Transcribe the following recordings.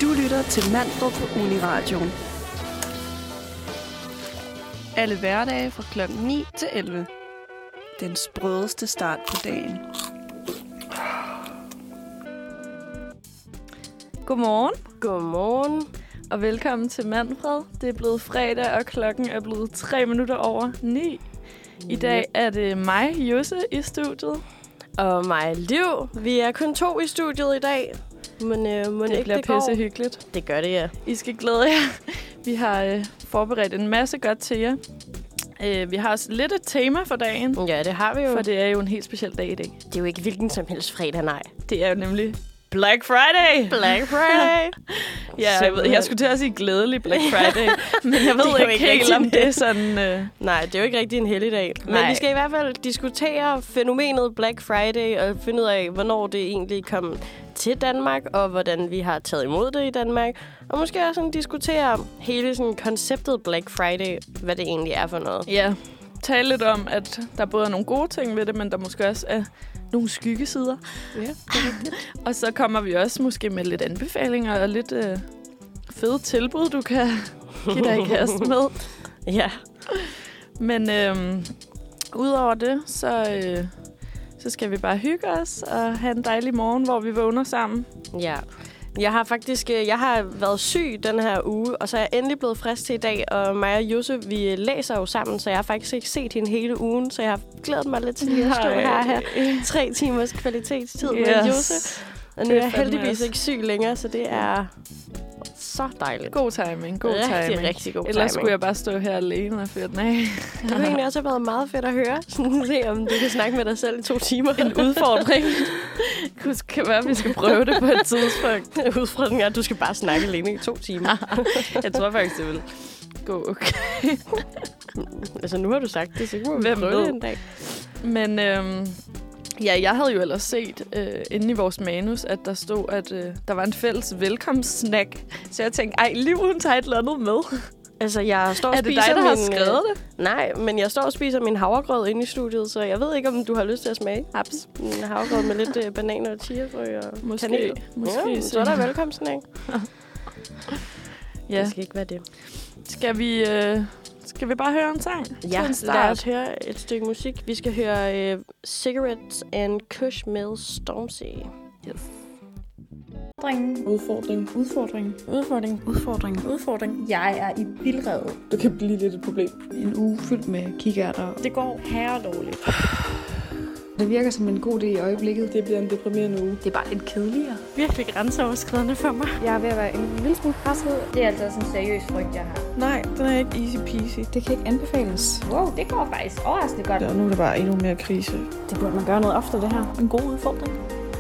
lytter til Manfred på Uniradioen. Alle hverdage fra klokken 9 til 11. Den sprødeste start på dagen. Godmorgen. Godmorgen. Og velkommen til Manfred. Det er blevet fredag, og klokken er blevet 3 minutter over 9. I dag er det mig, Jusse, i studiet. Og mig, Liv. Vi er kun 2 i studiet i dag. Men det bliver pisse hyggeligt. Det gør det, ja. I skal glæde jer. Vi har forberedt en masse godt til jer. Vi har også lidt et tema for dagen. Ja, det har vi jo. For det er jo en helt speciel dag i dag. Det er jo ikke hvilken som helst fredag, nej. Det er jo nemlig Black Friday! Black Friday! Ja, jeg skulle til at sige glædelig Black Friday, men jeg ved ikke helt, om det er sådan... Nej, det er jo ikke rigtig en helligdag. Men vi skal i hvert fald diskutere fænomenet Black Friday og finde ud af, hvornår det egentlig kom til Danmark, og hvordan vi har taget imod det i Danmark. Og måske også sådan diskutere hele sådan konceptet Black Friday, hvad det egentlig er for noget. Ja, tale lidt om, at der både er nogle gode ting ved det, men der måske også er nogle skyggesider. Ja, det er rigtigt. Og så kommer vi også måske med lidt anbefalinger og lidt fede tilbud, du kan give dig i kast med. Ja. Men udover det, så skal vi bare hygge os og have en dejlig morgen, hvor vi vågner sammen. Ja. Jeg har været syg den her uge, og så er jeg endelig blevet frisk til i dag, og mig og Jusse, vi læser jo sammen, så jeg har faktisk ikke set hende hele ugen, så jeg har glædet mig lidt til at stå her og have 3 timers kvalitetstid med Jusse. Og nu er jeg heldigvis ikke syg længere, så det er så dejligt. God timing, god timing. Rigtig god timing. Ellers skulle jeg bare stå her alene og fyre den af. Det kunne egentlig også have været meget fedt at høre. Sådan se, om du kan snakke med dig selv i 2 timer. En udfordring. Det kan være, at vi skal prøve det på et tidspunkt. Udfordringen er, at du skal bare snakke alene i 2 timer. Jeg tror faktisk, det vil gå okay. Altså, nu har du sagt det, så kan vi prøve det en dag. Men ja, jeg havde jo ellers set inde i vores manus, at der stod, at der var en fælles velkomstsnack. Så jeg tænkte, Liv, hun tager et eller andet med. Altså, jeg står og spiser min... Er det dig, der har skrevet det? Nej, men jeg står og spiser min havregrød inde i studiet, så jeg ved ikke, om du har lyst til at smage. Haps. En havregrød med lidt bananer og chiafrø og kanel. Måske. Ja, så er der velkomstsnack. Ja. Det skal ikke være det. Skal vi bare høre en sang? Ja, lad os høre et stykke musik. Vi skal høre Cigarettes and Kush Mills Stormzy. Yes. Udfordring. Jeg er i vildrede. Det kan blive lidt et problem. En uge fyldt med kikærter. Det går herredårligt. Det virker som en god idé i øjeblikket. Det bliver en deprimerende uge. Det er bare lidt kedeligere. Virkelig grænseoverskridende for mig. Jeg er ved at være en lille smule presset. Det er altså sådan en seriøs frygt, jeg har. Nej, den er ikke easy peasy. Det kan ikke anbefales. Wow, det går faktisk overraskende godt. Og nu er det bare endnu mere krise. Det burde man gøre noget ofte, det her. En god udfordring.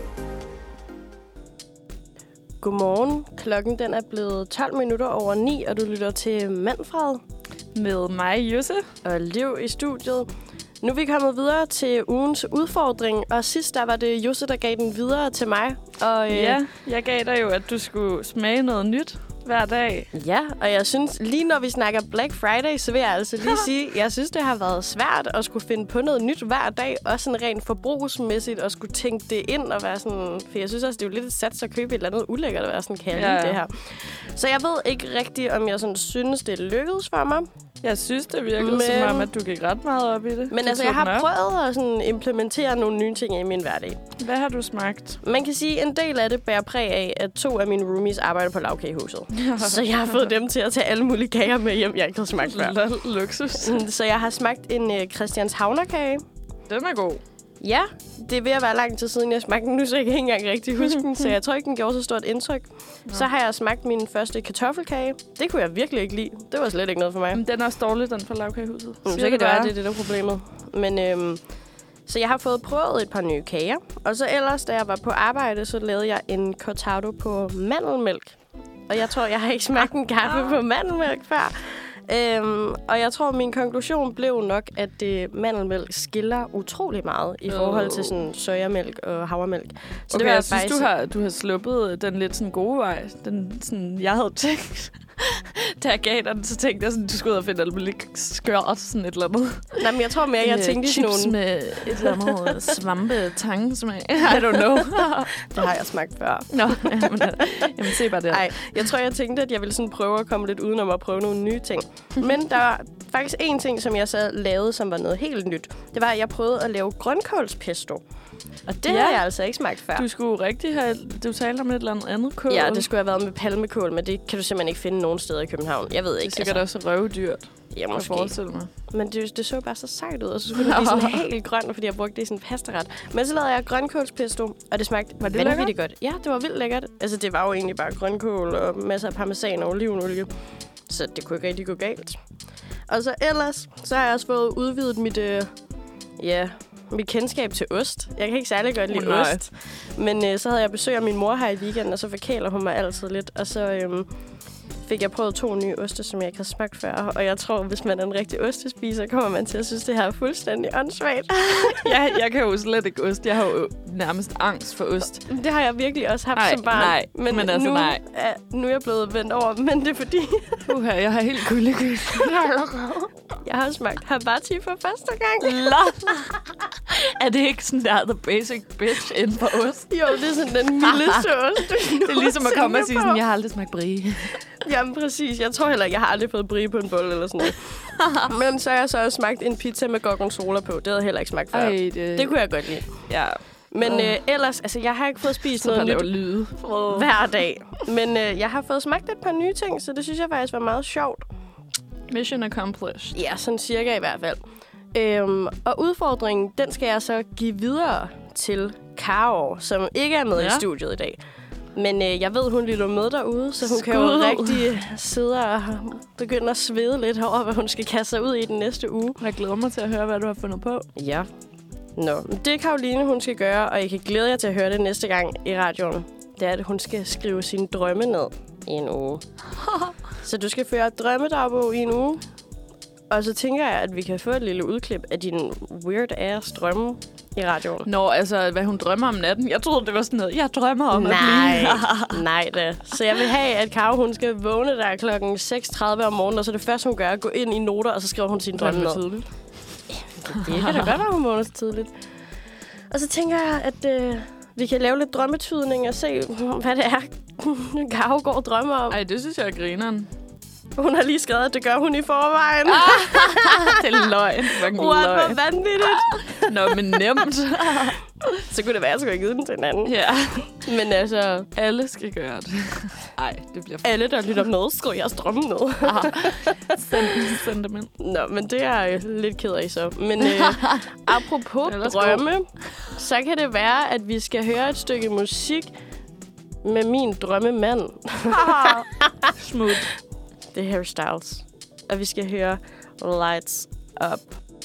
Godmorgen. Klokken den er blevet 12 minutter over 9, og du lytter til Manfred. Med mig, Jusse. Og Liv i studiet. Nu er vi kommet videre til ugens udfordring, og sidst der var det Jusse, der gav den videre til mig. Og, ja, jeg gav dig jo, at du skulle smage noget nyt hver dag. Ja, og jeg synes, lige når vi snakker Black Friday, så vil jeg altså lige sige, jeg synes, det har været svært at skulle finde på noget nyt hver dag, også sådan rent forbrugsmæssigt, og skulle tænke det ind og være sådan... For jeg synes også, det er jo lidt et sats at købe et eller andet ulækkert at være sådan, kan jeg lide det her. Så jeg ved ikke rigtigt, om jeg sådan synes, det lykkedes for mig. Jeg synes, det virkede som om, at du gik ret meget op i det. Men altså, jeg har prøvet at sådan implementere nogle nye ting i min hverdag. Hvad har du smagt? Man kan sige, at en del af det bærer præg af, at 2 af mine roomies arbejder på lavkagehuset. Så jeg har fået dem til at tage alle mulige kager med hjem, jeg ikke havde smagt før. Luksus. Så jeg har smagt en Christianshavnerkage. Den er god. Ja, det er ved at være lang tid siden, jeg smagte den nu, så jeg kan ikke engang rigtig huske den. Så jeg tror ikke, den gjorde så stort indtryk. Så har jeg smagt min første kartoffelkage. Det kunne jeg virkelig ikke lide. Det var slet ikke noget for mig. Men den er også dårlig, den fra lavkagehuset. Så kan det være, det er det, der er problemet. Men, så jeg har fået prøvet et par nye kager. Og så ellers, da jeg var på arbejde, så lavede jeg en cortado på mandelmælk. Og jeg tror, jeg har ikke smagt en kaffe på mandelmælk før. Og jeg tror, min konklusion blev nok, at mandelmælk skiller utrolig meget i forhold til sådan sojamælk og havremælk. Så okay, det jeg synes, du har sluppet den lidt sådan gode vej. Den sådan, jeg havde tænkt. Da jeg gav dig den, så tænkte jeg sådan, du skulle ud og finde alt muligt skørt, sådan et eller andet. Nej, men jeg tror mere, jeg tænkte sådan chips nogle... med et eller andet svampe-tangesmag. I don't know. Det har jeg smagt før. Nå, jamen se bare det. Nej, jeg tror, jeg tænkte, at jeg ville sådan prøve at komme lidt udenom at prøve nogle nye ting. Men der var faktisk en ting, som jeg så lavede, som var noget helt nyt. Det var, at jeg prøvede at lave grønkålspesto. Og det har jeg altså ikke smagt før. Du skulle rigtig have... Du talte om et eller andet kål. Ja, det skulle have været med palmekål, men det kan du simpelthen ikke finde nogen steder i København. Jeg ved ikke. Det er sikkert også røvdyrt. Ja, måske. Forestille mig. Men det så bare så sejt ud, og så skulle det blive sådan helt grønt, fordi jeg brugte det i sådan en pastaret. Men så lavede jeg grønkålspesto, og det smagte vanvittigt godt. Ja, det var vildt lækkert. Altså, det var jo egentlig bare grønkål og masser af parmesan og olivenolie. Så det kunne ikke rigtig gå galt. Og så ellers, så har jeg også fået udvidet mit kendskab til ost. Jeg kan ikke særlig godt lide ost. Men så havde jeg besøg af min mor her i weekenden, og så forkæler hun mig altid lidt. Og så fik jeg prøvet 2 nye oste, som jeg ikke har smagt før. Og jeg tror, hvis man er en rigtig ostespiser, kommer man til at synes, det her er fuldstændig åndssvagt. Jeg kan jo slet ikke ost. Jeg har jo nærmest angst for ost. Det har jeg virkelig også haft som barn. Nej, men altså nej. Nu er jeg blevet vendt over, men det er fordi... Jeg har helt kuldegød. Jeg har smagt hibachi for første gang. Er det ikke sådan der the basic bitch inden for ost? Jo, det er sådan den mildeste ost. Det er ligesom at komme og sige sådan, jeg har aldrig smagt brie. Jamen præcis. Jeg tror heller ikke, jeg har aldrig fået brie på en bolle eller sådan noget. Men så har jeg så også smagt en pizza med gorgonzola på. Det havde jeg heller ikke smagt før. Det kunne jeg godt lide. Ja. Men ellers, altså jeg har ikke fået spist noget nyt lyde hver dag. Men jeg har fået smagt et par nye ting, så det synes jeg faktisk var meget sjovt. Mission accomplished. Ja, sådan cirka i hvert fald. Og udfordringen, den skal jeg så give videre til Karo, som ikke er med i studiet i dag. Men jeg ved, hun lytter med derude, så hun kan jo rigtig sidde og begynde at svede lidt over, hvad hun skal kaste sig ud i den næste uge. Jeg glæder mig til at høre, hvad du har fundet på. Ja. Nå, det er Karoline, hun skal gøre, og I kan glæde jer til at høre det næste gang i radioen. Det er, at hun skal skrive sine drømme ned i en uge. Så du skal føre drømmedagbog i en uge. Og så tænker jeg, at vi kan få et lille udklip af din weird-ass drømme i radioen. Nå, altså, hvad hun drømmer om natten. Jeg troede, det var sådan noget, jeg drømmer om at blive. Nej da. Så jeg vil have, at Karo, hun skal vågne der klokken 6:30 om morgenen, og så det første, hun gør, er at gå ind i noter, og så skriver hun sine drømme ned. Tidligt. Det kan da godt være, hun vågner så tidligt. Og så tænker jeg, at vi kan lave lidt drømmetydning og se, hvad det er, Karo går og drømmer om. Ej, det synes jeg er grineren. Hun har lige skrevet, at det gør hun i forvejen. Det er løgn. Hvor vanvittigt. Nå, men nemt. Så kunne det være, at jeg skulle have givet den til en anden. Ja. Men altså... Alle skal gøre det. Ej, det bliver... Alle, der lytter med, skriver jeres drømme ned. Send dem ind. Nå, men det er jeg lidt ked af så. Men apropos drømme, så kan det være, at vi skal høre et stykke musik med min drømmemand. Smooth. Det er Harry Styles. Og vi skal høre Lights Up.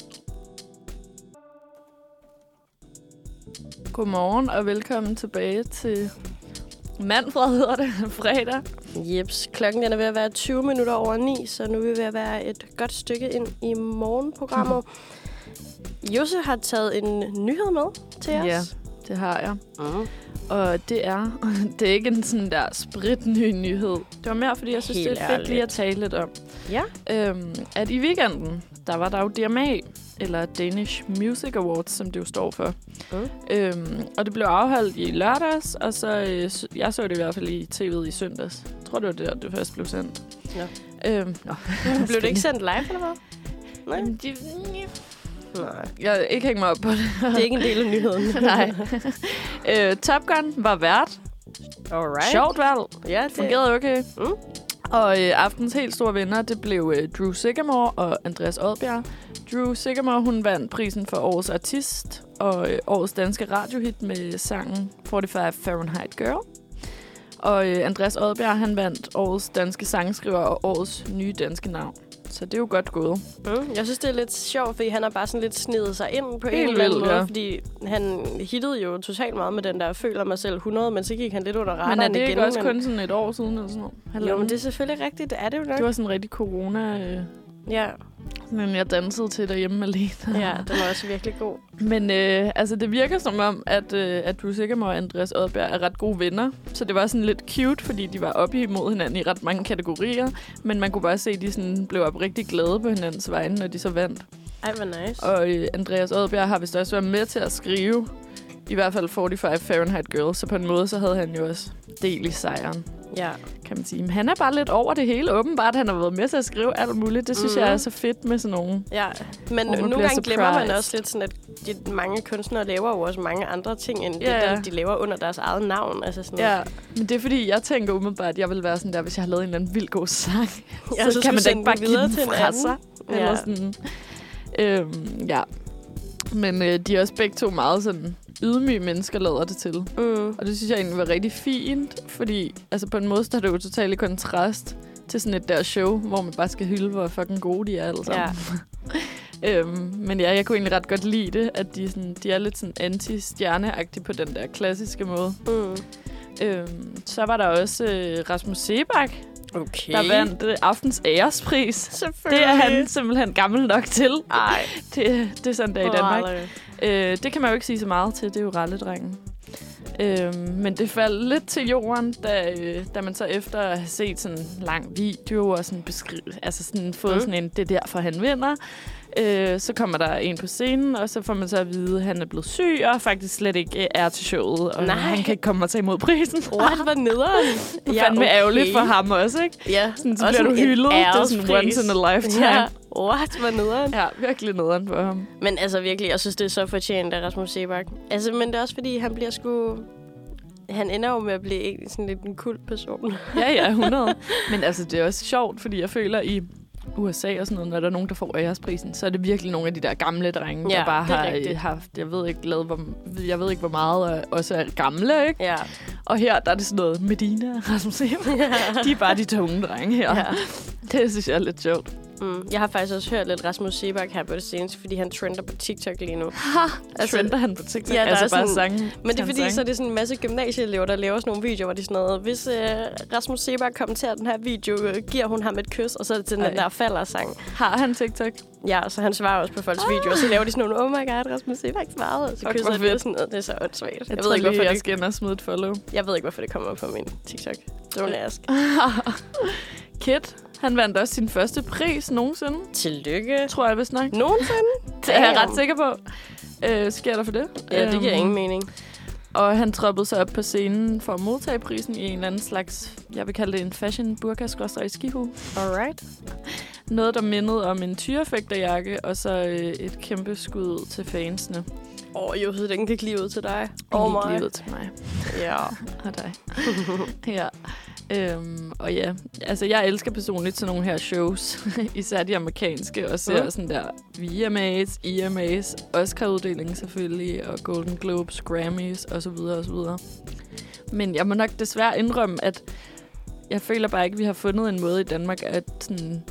Godmorgen og velkommen tilbage til Manfred, hedder det, fredag. Jeps, klokken den er ved at være 20 minutter over 9, så nu er vi ved at være et godt stykke ind i morgenprogrammet. Josse har taget en nyhed med til os. Ja, det har jeg. Og det er ikke en sådan der spritny nyhed. Det var mere, fordi jeg synes, det er fedt lige at tale lidt om. Ja. At i weekenden, der var der jo DMA, eller Danish Music Awards, som det jo står for. Og det blev afholdt i lørdags, og så jeg så det i hvert fald i tv'et i søndags. Jeg tror, det var der, det først blev sendt. Ja. Blev det ikke sendt live, eller hvad? Nej. Nej. Jeg ikke hængt mig op på det. Det er ikke en del af nyheden. Nej. Top Gun var vært. Alright. Sjovt valg. Ja, det fungerede okay. Og aftens helt store vinder, det blev Drew Sigamore og Andreas Odbjerg. Drew Sigamore, hun vandt prisen for årets artist og årets danske radiohit med sangen 45 Fahrenheit Girl. Og Andreas Odbjerg, han vandt årets danske sangskriver og årets nye danske navn. Så det er jo godt gået. Jeg synes, det er lidt sjovt, fordi han har bare sådan lidt snedet sig ind på en eller anden måde. Fordi han hittede jo totalt meget med den der føler mig selv 100, men så gik han lidt under radaren igen. Men er det ikke også kun sådan et år siden eller sådan noget? Jo, men det er selvfølgelig rigtigt. Det er det jo nok. Det var sådan en rigtig corona... Ja. Men jeg dansede til derhjemme alene. Ja, den var også virkelig god. Men altså, det virker som om, at Drew Sigamore og Andreas Odbjerg er ret gode venner. Så det var sådan lidt cute, fordi de var oppe imod hinanden i ret mange kategorier. Men man kunne bare se, at de sådan blev rigtig glade på hinandens vegne, når de så vandt. Ej, hvor nice. Og Andreas Odbjerg har vist også været med til at skrive i hvert fald 45 Fahrenheit Girls. Så på en måde, så havde han jo også del i sejren. Ja. Kan man sige. Men han er bare lidt over det hele. Åbenbart, han har været med til at skrive alt muligt. Det synes jeg er så fedt med sådan nogen. Ja, men nogle gange glemmer man også lidt sådan, at de mange kunstnere laver jo også mange andre ting, end det, de laver under deres eget navn. Altså sådan ja, men det er fordi, jeg tænker umiddelbart, at jeg vil være sådan der, hvis jeg har lavet en eller anden vildt god sang. Ja, så kan man da ikke bare give den fra sig. Eller sådan. Ja. Men de er også begge to meget sådan ydmyge mennesker, lader det til. Og det synes jeg egentlig var rigtig fint, fordi altså på en måde står det jo totalt i kontrast til sådan et der show, hvor man bare skal hylde, hvor fucking gode de er alle sammen. Ja. Men ja, jeg kunne egentlig ret godt lide det, at de er lidt sådan anti-stjerneagtige på den der klassiske måde. Så var der også Rasmus Seebach, der vandt aftens ærespris. Det er han simpelthen gammel nok til. Ej. Det er sådan der i Danmark. Det kan man jo ikke sige så meget til. Det er jo ralledrengen. Men det faldt lidt til jorden, da man så efter at have set sådan en lang video og sådan fået sådan en, det er derfor han vinder. Så kommer der en på scenen, og så får man så at vide, at han er blevet syg, og faktisk slet ikke er til showet. Og han kan ikke komme og tage imod prisen. What, hvor nederen. Det er fandme ærgerligt for ham også, ikke? Ja. Sådan, så bliver du hyldet. Det er sådan once in a lifetime. Ja. What, hvor nederen. Ja, virkelig nederen for ham. Men altså virkelig, jeg synes, det er så fortjent af Rasmus Seebach. Altså, men det er også fordi, han bliver sgu... Han ender jo med at blive sådan lidt en kult person. Ja, 100. Men altså, det er også sjovt, fordi jeg føler i USA og sådan noget, når der er nogen, der får æresprisen, så er det virkelig nogle af de der gamle drenge, der bare har haft, jeg ved ikke hvor meget, og også er gamle, ikke? Ja. Og her, der er det sådan noget Medina og Rasmus Seebach. De er bare de tunge drenge her. Ja. Det synes jeg er lidt sjovt. Jeg har faktisk også hørt lidt Rasmus Seebach her på det seneste, fordi han trender på TikTok lige nu. Trender han på TikTok? Ja, altså bare sådan, sange? Men det er fordi, så er det sådan en masse gymnasieelever, der laver sådan nogle videoer, hvor de sådan noget, hvis Rasmus Seebach kommenterer den her video, giver hun ham et kys, og så er det til den der falder-sang. Har han TikTok? Ja, så han svarer også på folks videoer, så laver de sådan nogle, oh my god, Rasmus Seebach svarede, og så kysser det sådan noget. Det er så åndssvagt. Jeg ved ikke, hvorfor jeg skal ind og smide et follow. Jeg ved ikke, hvorfor det kommer på min TikTok. Don't ask. Kit. Han vandt også sin første pris nogensinde. Tillykke. Tror jeg vist nok. Nogensinde? Det er jeg ret sikker på. Sker der for det? Ja, det giver ingen mening. Og han troppede sig op på scenen for at modtage prisen i en eller anden slags, jeg vil kalde det en fashion burka-skihue. Alright. Noget, der mindede om en tyrefægterjakke, og så et kæmpe skud til fansene. Josef, den gik lige ud til dig. Den gik lige ud til mig. Ja. Og dig. Ja. Og ja, altså jeg elsker personligt sådan nogle her shows, især de amerikanske, og ser sådan der VMAs, EMAs, Oscar-uddelingen selvfølgelig, og Golden Globes, Grammys osv. osv. Men jeg må nok desværre indrømme, at jeg føler bare ikke, at vi har fundet en måde i Danmark at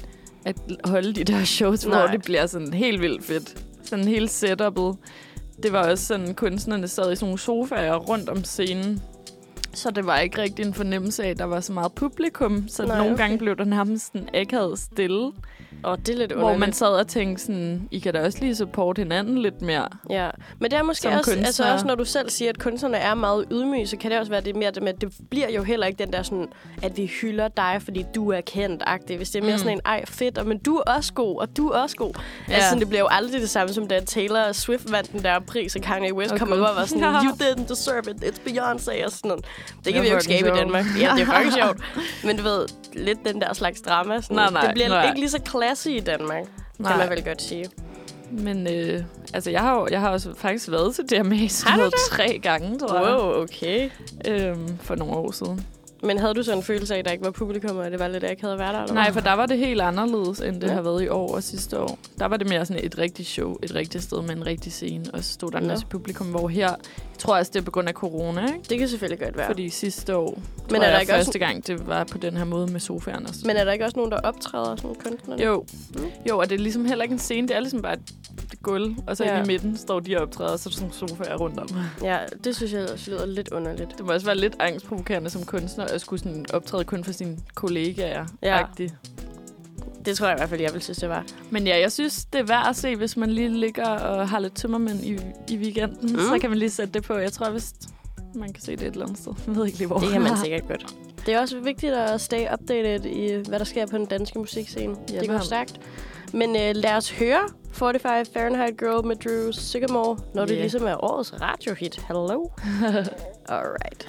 holde de der shows, hvor det bliver sådan helt vildt fedt. Sådan helt setup'et. Det var også sådan, kunstnerne sad i sådan nogle sofaer rundt om scenen. Så det var ikke rigtig en fornemmelse af, at der var så meget publikum. Så nogle gange blev der nærmest sådan akavet stille. Og det er lidt underligt. Hvor man sad og tænkte sådan, I kan da også lige supporte hinanden lidt mere. Ja, men det er måske også, når du selv siger, at kunstnerne er meget ydmyge, så kan det også være det mere det med, at det bliver jo heller ikke den der sådan, at vi hylder dig, fordi du er kendt-agtig. Hvis det er mere sådan en, ej fedt, men du er også god, og du er også god. Ja. Altså sådan, det bliver jo aldrig det samme, som da Taylor Swift vandt den der pris, og Kanye West kommer op og var sådan, you didn't deserve it, it's Beyoncé, og sådan noget. Det kan vi jo ikke skabe i Danmark. Ja, det er faktisk sjovt. Men du ved, lidt den der slags drama. Sådan, det bliver ikke lige så classy i Danmark, kan man vel godt sige. Men altså, jeg har også faktisk været til DMA 3 gange, tror jeg. Wow, okay. For nogle år siden. Men havde du sådan en følelse af, at der ikke var publikum, og det var lidt akavet at være der? Eller Nej, for der var det helt anderledes, end det har været i år og sidste år. Der var det mere sådan et rigtigt show, et rigtigt sted med en rigtig scene, og så stod der en masse publikum, hvor her, jeg tror altså, det er på grund af corona, ikke? Det kan selvfølgelig godt være. Fordi sidste år, men er der ikke første gang, det var på den her måde med sofaerne. Men er der ikke også nogen, der optræder sådan kunstnerne? Jo, og det er ligesom heller ikke en scene, det er ligesom bare et gulv, og så i midten står de og optræder, og så er der sådan sofaer rundt om. Ja, det synes jeg også lyder lidt underligt. Det må også være lidt angstprovokerende som kunstner, at skulle sådan optræde kun for sine kollegaer-agtigt. Det tror jeg i hvert fald, jeg vil synes, det var. Men ja, jeg synes, det er værd at se, hvis man lige ligger og har lidt tømmermænd i weekenden. Så kan man lige sætte det på. Jeg tror vist, man kan se det et eller andet sted. Jeg ved ikke lige, hvor. Det kan man sikkert godt. Det er også vigtigt at stay updated i, hvad der sker på den danske musikscene. Ja, det går stærkt. Men lad os høre 45 Fahrenheit Girl med Drew Sycamore, når det ligesom er årets radiohit. Hello. Alright.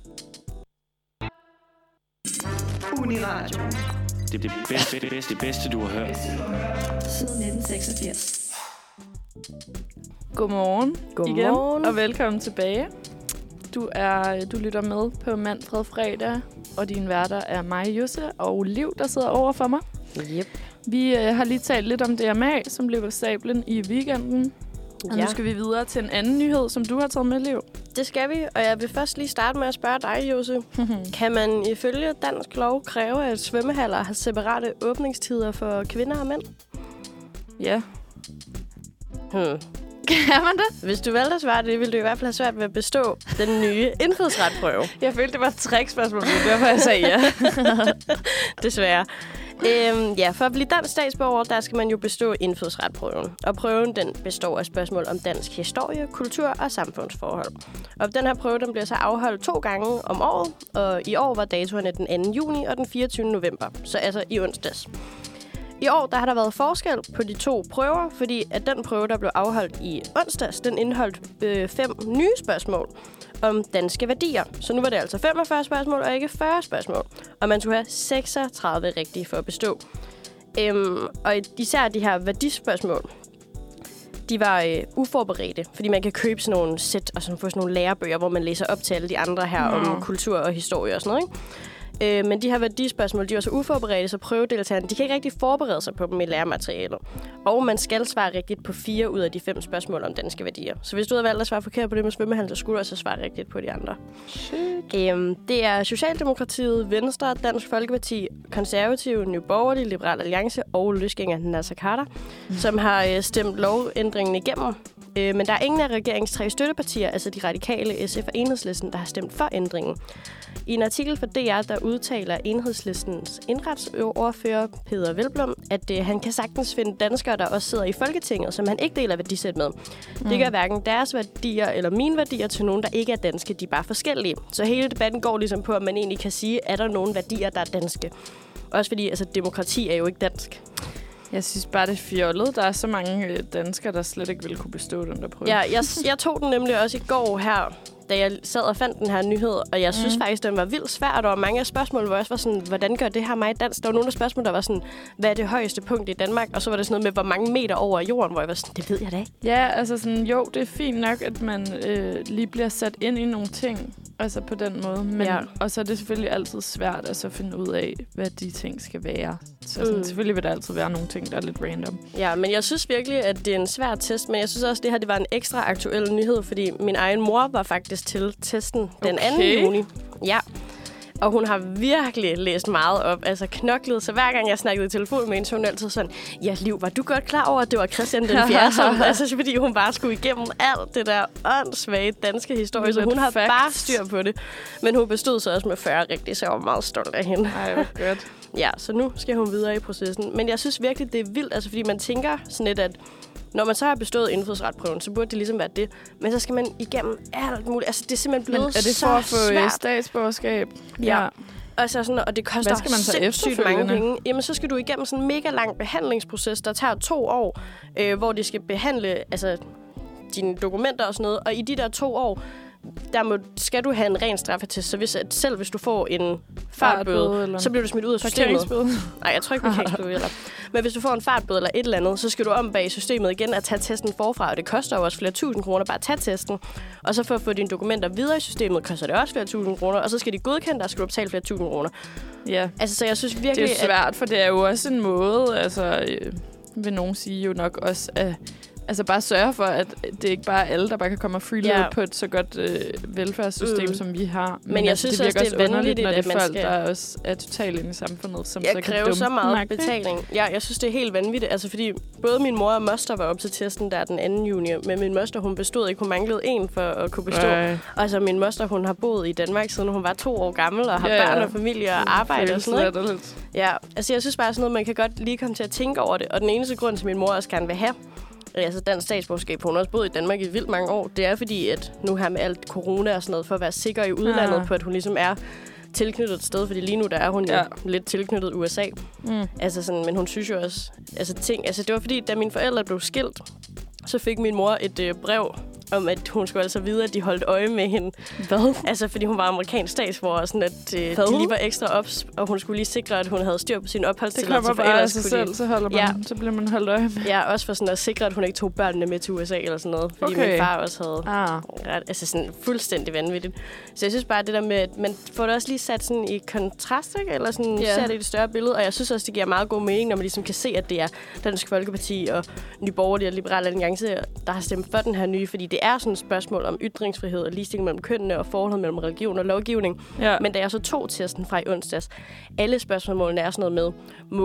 Uniradio. Det bedste, du har hørt. Siden 1986. Godmorgen. Godmorgen. Igen, og velkommen tilbage. Du lytter med på Manfred Fredag, og dine værter er mig, Jusse, og Liv, der sidder over for mig. Yep. Vi har lige talt lidt om DMA, som blev sablen i weekenden. Og nu skal vi videre til en anden nyhed, som du har taget med, Liv. Det skal vi, og jeg vil først lige starte med at spørge dig, Jusse. Kan man ifølge dansk lov kræve, at svømmehaller har separate åbningstider for kvinder og mænd? Ja. Kan man det? Hvis du valgte at svare det, ville du i hvert fald have svært ved at bestå den nye indfødsretprøve. Jeg følte, det var et trickspørgsmål, derfor jeg sagde ja. Desværre. For at blive dansk statsborger, der skal man jo bestå indfødsretprøven. Og prøven den består af spørgsmål om dansk historie, kultur og samfundsforhold. Og den her prøve den bliver så afholdt 2 gange om året, og i år var datoerne den 2. juni og den 24. november, så altså i onsdags. I år der har der været forskel på de 2 prøver, fordi at den prøve, der blev afholdt i onsdags, den indeholdt 5 nye spørgsmål om danske værdier. Så nu var det altså 45 spørgsmål og ikke 40 spørgsmål. Og man skulle have 36 rigtige for at bestå. Og især de her værdispørgsmål, de var uforberedte, fordi man kan købe sådan nogle sæt og sådan få sådan nogle lærebøger, hvor man læser op til alle de andre her om kultur og historie og sådan noget, ikke? Men de her værdispørgsmål, de var så uforberedte, så prøvedeltagerne, de kan ikke rigtig forberede sig på dem i lærematerialet. Og man skal svare rigtigt på 4 ud af de 5 spørgsmål om danske værdier. Så hvis du havde valgt at svare forkert på det med svømmehallen, så skulle du altså svare rigtigt på de andre. Det er Socialdemokratiet, Venstre, Dansk Folkeparti, Konservative, Nye Borgerlige, Liberal Alliance og løsgænger Naser Khader, som har stemt lovændringen igennem. Men der er ingen af regeringens 3 støttepartier, altså de radikale, SF og Enhedslisten, der har stemt for ændringen. I en artikel fra DR, der udtaler Enhedslistens indretsordfører Peder Hvelplund, at han kan sagtens finde danskere, der også sidder i Folketinget, som han ikke deler værdisæt med. Det gør hverken deres værdier eller mine værdier til nogen, der ikke er danske. De er bare forskellige. Så hele debatten går ligesom på, at man egentlig kan sige, er der nogle værdier, der er danske. Også fordi altså, demokrati er jo ikke dansk. Jeg synes bare, det er fjollet. Der er så mange danskere, der slet ikke ville kunne bestå den der prøve. Ja, jeg tog den nemlig også i går her, da jeg sad og fandt den her nyhed, og jeg synes faktisk, den var vildt svær. Der var mange af spørgsmål, hvor jeg også var sådan, hvordan gør det her mig dansk? Der var nogle af spørgsmål, der var sådan, hvad er det højeste punkt i Danmark? Og så var det sådan noget med, hvor mange meter over jorden, hvor jeg var sådan, det ved jeg da ikke. Ja, altså sådan, jo, det er fint nok, at man lige bliver sat ind i nogle ting, altså på den måde. Men, og så er det selvfølgelig altid svært at finde ud af, hvad de ting skal være. Så sådan, selvfølgelig vil der altid være nogle ting, der er lidt random. Ja, men jeg synes virkelig, at det er en svær test, men jeg synes også, at det her det var en ekstra aktuel nyhed, fordi min egen mor var faktisk til testen den 2. juni. Ja. Og hun har virkelig læst meget op, altså knoklet. Så hver gang jeg snakkede i telefon med hende, så hun altid sådan, ja, Liv, var du godt klar over, at det var Christian den 4. som, altså fordi hun bare skulle igennem alt det der åndssvage danske historie, så hun har bare styr på det. Men hun bestod så også med 40 rigtigt, så jeg var meget stolt af hende. Ej, hvor godt. Ja, så nu skal hun videre i processen. Men jeg synes virkelig, det er vildt, altså fordi man tænker sådan lidt, at når man så har bestået indfødsretprøven, så burde det ligesom være det. Men så skal man igennem alt muligt. Altså, det er simpelthen blevet så svært. Er det for at få statsborgerskab? Ja. Altså sådan, og det koster sindssygt mange penge. Jamen, så skal du igennem sådan en mega lang behandlingsproces, der tager 2 år, hvor de skal behandle altså, dine dokumenter og sådan noget. Og i de der 2 år, skal du have en ren straffetest. Så selv hvis du får en fartbøde, så bliver du smidt ud af systemet. Nej, jeg tror ikke, parkeringsbøde heller. Men hvis du får en fartbøde eller et eller andet, så skal du om bag systemet igen at tage testen forfra. Og det koster jo også flere tusind kroner bare at tage testen. Og så for at få dine dokumenter videre i systemet, koster det også flere tusind kroner. Og så skal de godkende dig, og skal du betale flere tusind kroner. Ja. Altså, så jeg synes virkelig, det er svært, for det er jo også en måde, altså vil nogen sige jo nok også, at Altså bare sørge for, at det ikke bare er alle, der bare kan komme og freeload på et så godt velfærdssystem, som vi har. Men jeg synes også, det er vanvittigt, når det at man folk, skal... der også er totalt inde i samfundet, som så kan kræve så meget betaling. Ja, jeg synes, det er helt vanvittigt. Altså, fordi både min mor og moster var op til testen der den 2. juni, men min moster, hun bestod ikke. Hun manglede en for at kunne bestå. Altså, min moster, hun har boet i Danmark, siden hun var 2 år gammel, og har børn og familie og arbejde og sådan noget. Ja, altså, jeg synes bare sådan noget, man kan godt lige komme til at tænke over det. Og den eneste grund til, min mor også gerne vil have, altså dansk statsborgerskab, hun har også boet i Danmark i vildt mange år, det er fordi, at nu her med alt corona og sådan noget, for at være sikker i udlandet på, at hun ligesom er tilknyttet et sted, fordi lige nu der er hun jo lidt tilknyttet USA. Altså sådan, men hun synes jo også, altså det var fordi, da mine forældre blev skilt, så fik min mor et brev om, at hun skulle altså vide, at de holdt øje med hende. Hvad? Altså, fordi hun var amerikansk statsborger, og sådan, at de lige var ekstra ops, og hun skulle lige sikre, at hun havde styr på sin opholdstilladelse. Det kommer bare af sig selv, så bliver man holdt øje med. Ja, også for sådan at sikre, at hun ikke tog børnene med til USA eller sådan noget. Fordi min far også havde altså sådan fuldstændig vanvittigt. Så jeg synes bare, det der med, at man får det også lige sat sådan i kontrast, ikke? Eller sådan ser det i et større billede. Og jeg synes også, det giver meget god mening, når man ligesom kan se, at det er Dansk Folkeparti og Nye Borgerlige og Liberale Alliance, der har stemt for den her nye, fordi det er sådan et spørgsmål om ytringsfrihed og ligestilling mellem kønnene og forholdet mellem religion og lovgivning. Ja. Men der er så 2 testen fra i onsdags. Alle spørgsmålene er sådan noget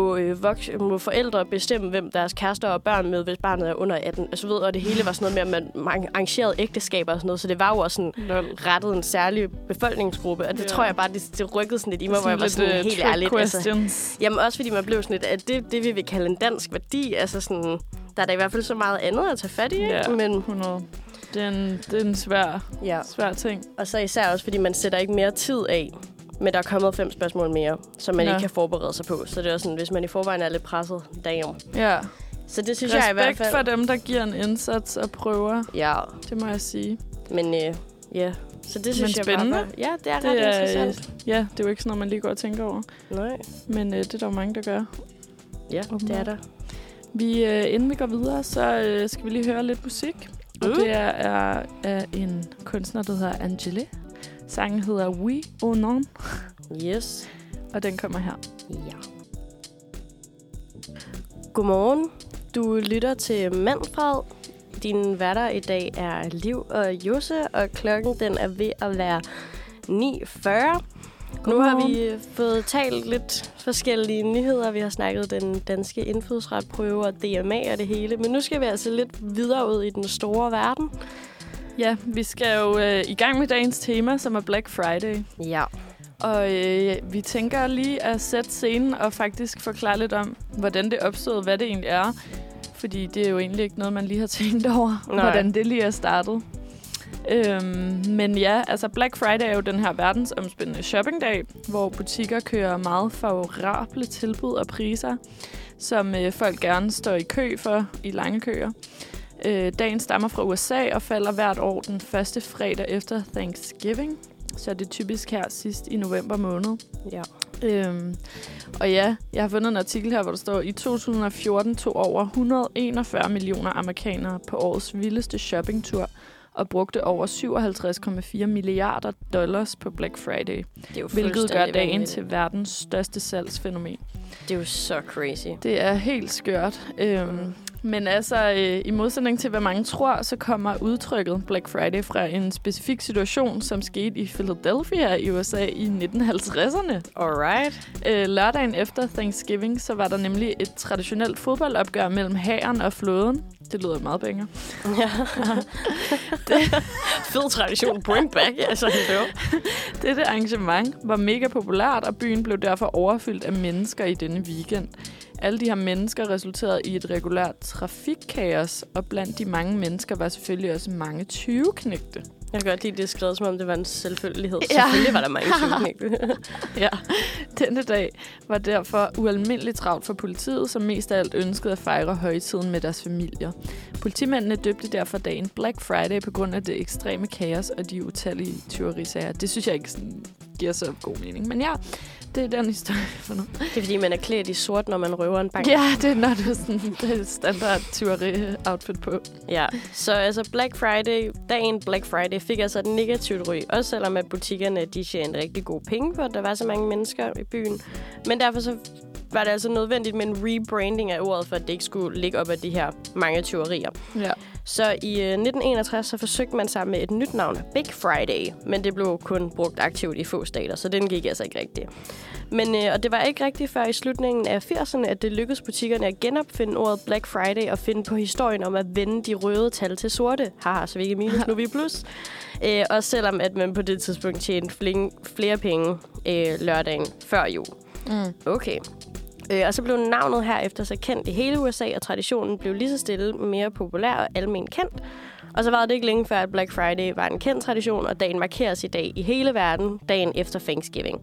med, må forældre bestemme, hvem deres kærester og børn med, hvis barnet er under 18. Altså, og det hele var sådan noget med, at man arrangerede ægteskaber og sådan noget, så det var jo også sådan rettet en særlig befolkningsgruppe. Og det tror jeg bare, det rykkede sådan lidt i mig, hvor jeg var sådan helt ærligt. Altså, jamen også fordi man blev sådan lidt, at det vi vil kalde en dansk værdi, altså sådan, der er da i hvert fald så meget andet at tage fat i, ikke? Ja, men 100. Det er en svær ting. Og så især også, fordi man sætter ikke mere tid af. Men der er kommet 5 spørgsmål mere, som man ikke kan forberede sig på. Så det er også sådan, hvis man i forvejen er lidt presset, damn. Ja. Så det synes jeg i hvert fald... Respekt for dem, der giver en indsats og prøver. Ja. Det må jeg sige. Men så det synes jeg spændende. Bare... Ja, det er ret interessant. Ja, det er jo ikke sådan noget, man lige går og tænker over. Nej. Men det er der jo mange, der gør. Ja, det er der. Inden vi går videre, så skal vi lige høre lidt musik. Og det er en kunstner, der hedder Angèle. Sangen hedder Oui ou Non. Yes. Og den kommer her. Ja. Godmorgen. Du lytter til Manfred. Dine værter i dag er Liv og Josse, og klokken den er ved at være 9:40. Nu har vi fået talt lidt forskellige nyheder. Vi har snakket den danske indfødsretprøve og DMA og det hele. Men nu skal vi altså lidt videre ud i den store verden. Ja, vi skal jo i gang med dagens tema, som er Black Friday. Ja. Og vi tænker lige at sætte scenen og faktisk forklare lidt om, hvordan det opstod, hvad det egentlig er. Fordi det er jo egentlig ikke noget, man lige har tænkt over, hvordan det lige er startet. Men ja, altså Black Friday er jo den her verdensomspændende shoppingdag, hvor butikker kører meget favorable tilbud og priser, som folk gerne står i kø for i lange køer. Dagen stammer fra USA og falder hvert år den første fredag efter Thanksgiving, så det er typisk her sidst i november måned. Ja. Og ja, jeg har fundet en artikel her, hvor der står, i 2014 tog over 141 millioner amerikanere på årets vildeste shoppingtur og brugte over 57,4 milliarder dollars på Black Friday, hvilket gør dagen til verdens største salgsfænomen. Det er jo så crazy. Det er helt skørt. Men altså, i modsætning til, hvad mange tror, så kommer udtrykket Black Friday fra en specifik situation, som skete i Philadelphia i USA i 1950'erne. Alright. Lørdagen efter Thanksgiving, så var der nemlig et traditionelt fodboldopgør mellem hæren og flåden. Det lyder meget banger. Ja. Fed tradition. Bring back. Altså, Dette arrangement var mega populært, og byen blev derfor overfyldt af mennesker i denne weekend. Alle de her mennesker resulterede i et regulært trafikkaos, og blandt de mange mennesker var selvfølgelig også mange tyveknægte. Jeg kan godt lide, det er skrevet, som om det var en selvfølgelighed. Ja. Selvfølgelig var der mange tyveknægte. Ja, denne dag var derfor ualmindeligt travlt for politiet, som mest af alt ønskede at fejre højtiden med deres familier. Politimændene døbte derfor dagen Black Friday på grund af det ekstreme kaos og de utallige tyverisager. Det synes jeg ikke sådan giver så god mening, men ja, det er den historie for noget. Det er fordi, man er klædt i sort, når man røver en bank. Ja, det er når du sådan det standard tyveri-outfit på. Ja, så altså dagen Black Friday fik altså et negativt ry. Også selvom at butikkerne, de tjente rigtig gode penge på, at der var så mange mennesker i byen. Men derfor så var det altså nødvendigt med en rebranding af ordet, for at det ikke skulle ligge op af de her mange tyverier. Ja. Så i 1961 så forsøgte man sig med et nyt navn, Big Friday, men det blev kun brugt aktivt i få stater, så den gik altså ikke rigtigt. Men, og det var ikke rigtigt før i slutningen af 80'erne, at det lykkedes butikkerne at genopfinde ordet Black Friday og finde på historien om at vende de røde tal til sorte. Haha, så vi ikke minus, nu er vi plus. Også selvom at man på det tidspunkt tjente flere penge lørdagen før jul. Okay. Og så blev navnet herefter så kendt i hele USA, og traditionen blev lige så stille mere populær og almen kendt. Og så var det ikke længe før, at Black Friday var en kendt tradition, og dagen markeres i dag i hele verden, dagen efter Thanksgiving.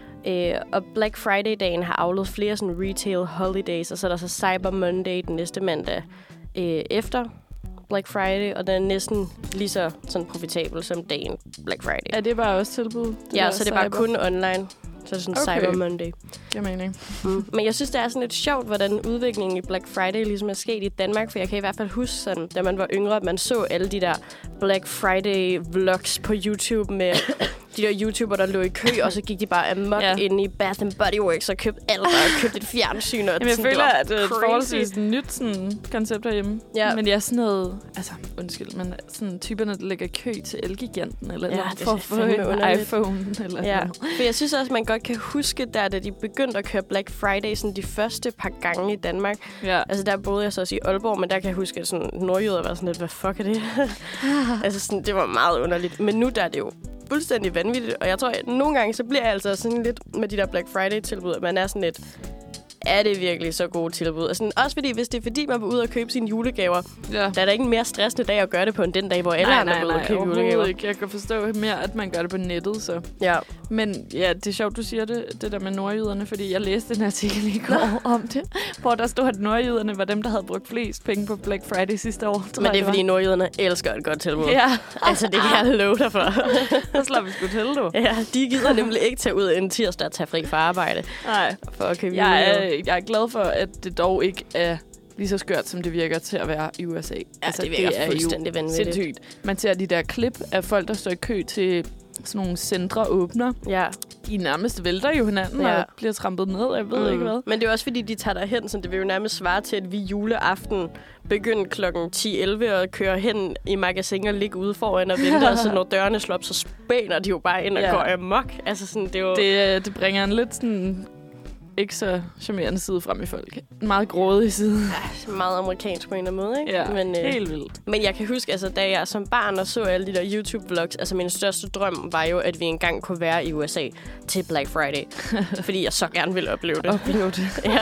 Og Black Friday-dagen har afledt flere sådan retail holidays, og så er der så Cyber Monday den næste mandag efter Black Friday, og den er næsten lige så sådan profitabel som dagen Black Friday. Er det bare også tilbud? Ja, så det er bare kun online. Så det er sådan Cyber Monday. Giver mening. Men jeg synes, det er sådan lidt sjovt, hvordan udviklingen i Black Friday ligesom er sket i Danmark, for jeg kan i hvert fald huske, sådan, da man var yngre, at man så alle de der Black Friday-vlogs på YouTube med de der YouTuber, der lå i kø, og så gik de bare amok ind i Bath & Body Works og købte alt, og købte et fjernsyn. Og jeg føler, at det er et forholdsvis nyt sådan, koncept herhjemme. Ja. Men jeg er sådan noget... Altså, undskyld, men sådan typerne, der lægger kø til Elgiganten, eller for at få en iPhone, eller noget. For jeg synes også, man godt kan huske, da de begyndte at køre Black Friday sådan de første par gange i Danmark. Ja. Altså, der boede jeg så også i Aalborg, men der kan jeg huske, at sådan, nordjyder var sådan lidt, hvad fuck er det? Altså, sådan, det var meget underligt. Men nu der er det jo fuldstændig vanvittigt, og jeg tror, at nogle gange, så bliver jeg altså sådan lidt med de der Black Friday-tilbud, at man er sådan lidt, er det virkelig så gode tilbud? Altså, også fordi, hvis det er fordi, man vil ud og købe sine julegaver, der er der ikke en mere stressende dag at gøre det på, end den dag, hvor alle andre vil ud og købe julegaver. Ikke. Jeg kan forstå mere, at man gør det på nettet, så. Ja. Men ja, det er sjovt, du siger det der med nordjyderne, fordi jeg læste en artikel i går om det, hvor der stod, at nordjyderne var dem, der havde brugt flest penge på Black Friday sidste år. Men det er, fordi nordjyderne elsker et godt tilbud. Ja. Altså, det kan jeg love dig for. Så slår vi sgu til, du. Ja, de gider nemlig ikke tage ud en tirsdag og tage fri fra arbejde. Nej. For at købe jeg er glad for, at det dog ikke er lige så skørt, som det virker til at være i USA. Ja, altså, det er fuldstændig vanvittigt. Sindssygt. Man ser de der klip af folk, der står i kø til sådan nogle centre åbner. Ja. De nærmest vælter jo hinanden og bliver trampet ned, jeg ved ikke hvad. Men det er også fordi, de tager derhen, så det vil jo nærmest svare til, at vi juleaften begynder klokken 10-11 og kører hen i magasin og ligger ude foran og venter, og så når dørene slår op, så spænder de jo bare ind og går amok. Altså sådan, det er jo... Det bringer en lidt sådan... ikke så charmerende side frem i folk. En meget grådig side. Ja, meget amerikansk på en eller anden måde, ikke? Ja, men, helt vildt. Men jeg kan huske, altså, da jeg som barn og så alle de der YouTube-vlogs, altså min største drøm var jo, at vi engang kunne være i USA til Black Friday. Fordi jeg så gerne ville opleve det. Ja.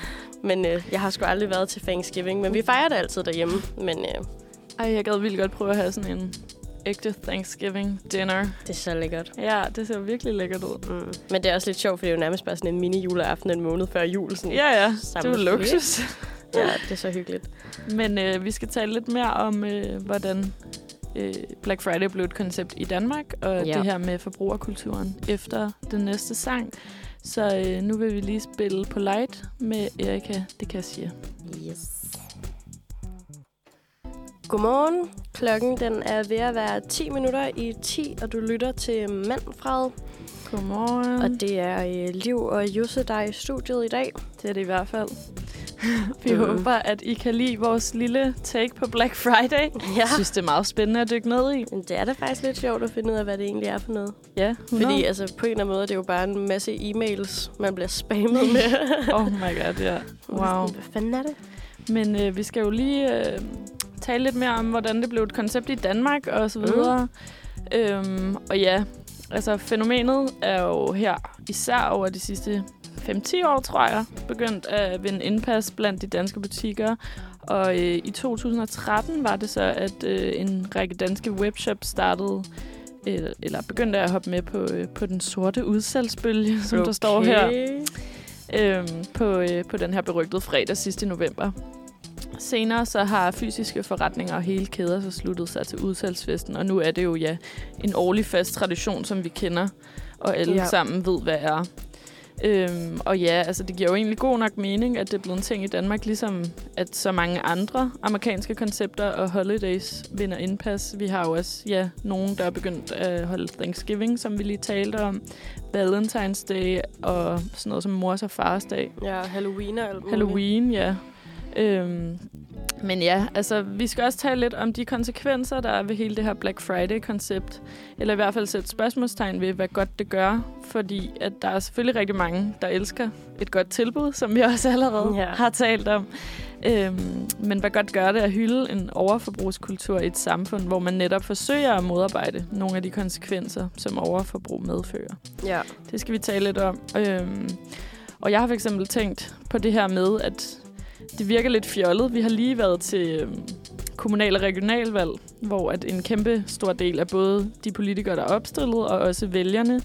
Men jeg har sgu aldrig været til Thanksgiving, men vi fejrer det altid derhjemme. Men, jeg gad vildt godt prøve at have sådan en ægte Thanksgiving dinner. Det er så lækkert. Ja, det ser virkelig lækkert ud. Men det er også lidt sjovt, for det er jo nærmest bare sådan en mini-juleaften en måned før jul. Sådan ja. Det er jo luksus. Ja, det er så hyggeligt. Men vi skal tale lidt mere om, hvordan Black Friday blev et koncept i Danmark, og det her med forbrugerkulturen efter den næste sang. Så nu vil vi lige spille på Light med Erika De Cassier. Yes. Godmorgen. Klokken den er ved at være 10 minutter i 10, og du lytter til Manfred. Godmorgen. Og det er Liv og Jusse, der er i studiet i dag. Det er det i hvert fald. Vi håber, at I kan lide vores lille take på Black Friday. Jeg synes, det er meget spændende at dykke ned i. Men det er da faktisk lidt sjovt at finde ud af, hvad det egentlig er for noget. Ja, 100. Fordi altså, på en eller anden måde, det er jo bare en masse e-mails, man bliver spammet med. Oh my god, ja. Wow. Hvad fanden er det? Men vi skal jo lige tale lidt mere om, hvordan det blev et koncept i Danmark og så videre. Og ja, altså fænomenet er jo her især over de sidste 5-10 år, tror jeg, begyndt at vinde indpas blandt de danske butikker. Og i 2013 var det så, at en række danske webshops startede, eller begyndte at hoppe med på den sorte udsalgsbølge, som der står her, på den her berygtede fredag sidste november. Senere så har fysiske forretninger og hele kæder så sluttet sig til udsalgsfesten, og nu er det jo en årlig fast tradition, som vi kender, og alle sammen ved, hvad er. Og ja, altså det giver jo egentlig god nok mening, at det er blevet en ting i Danmark, ligesom at så mange andre amerikanske koncepter og holidays vinder indpas. Vi har jo også nogen, der er begyndt at holde Thanksgiving, som vi lige talte om, Valentine's Day og sådan noget som mors og fars dag. Ja, Halloween og alt muligt. Halloween, ja. Men ja, altså vi skal også tale lidt om de konsekvenser, der er ved hele det her Black Friday-koncept. Eller i hvert fald sætte spørgsmålstegn ved, hvad godt det gør. Fordi at der er selvfølgelig rigtig mange, der elsker et godt tilbud, som vi også allerede har talt om. Men hvad godt gør det at hylde en overforbrugskultur i et samfund, hvor man netop forsøger at modarbejde nogle af de konsekvenser, som overforbrug medfører. Ja. Det skal vi tale lidt om. Og jeg har for eksempel tænkt på det her med, at det virker lidt fjollet. Vi har lige været til kommunal- og regionalvalg, hvor at en kæmpe stor del af både de politikere, der er opstillet, og også vælgerne,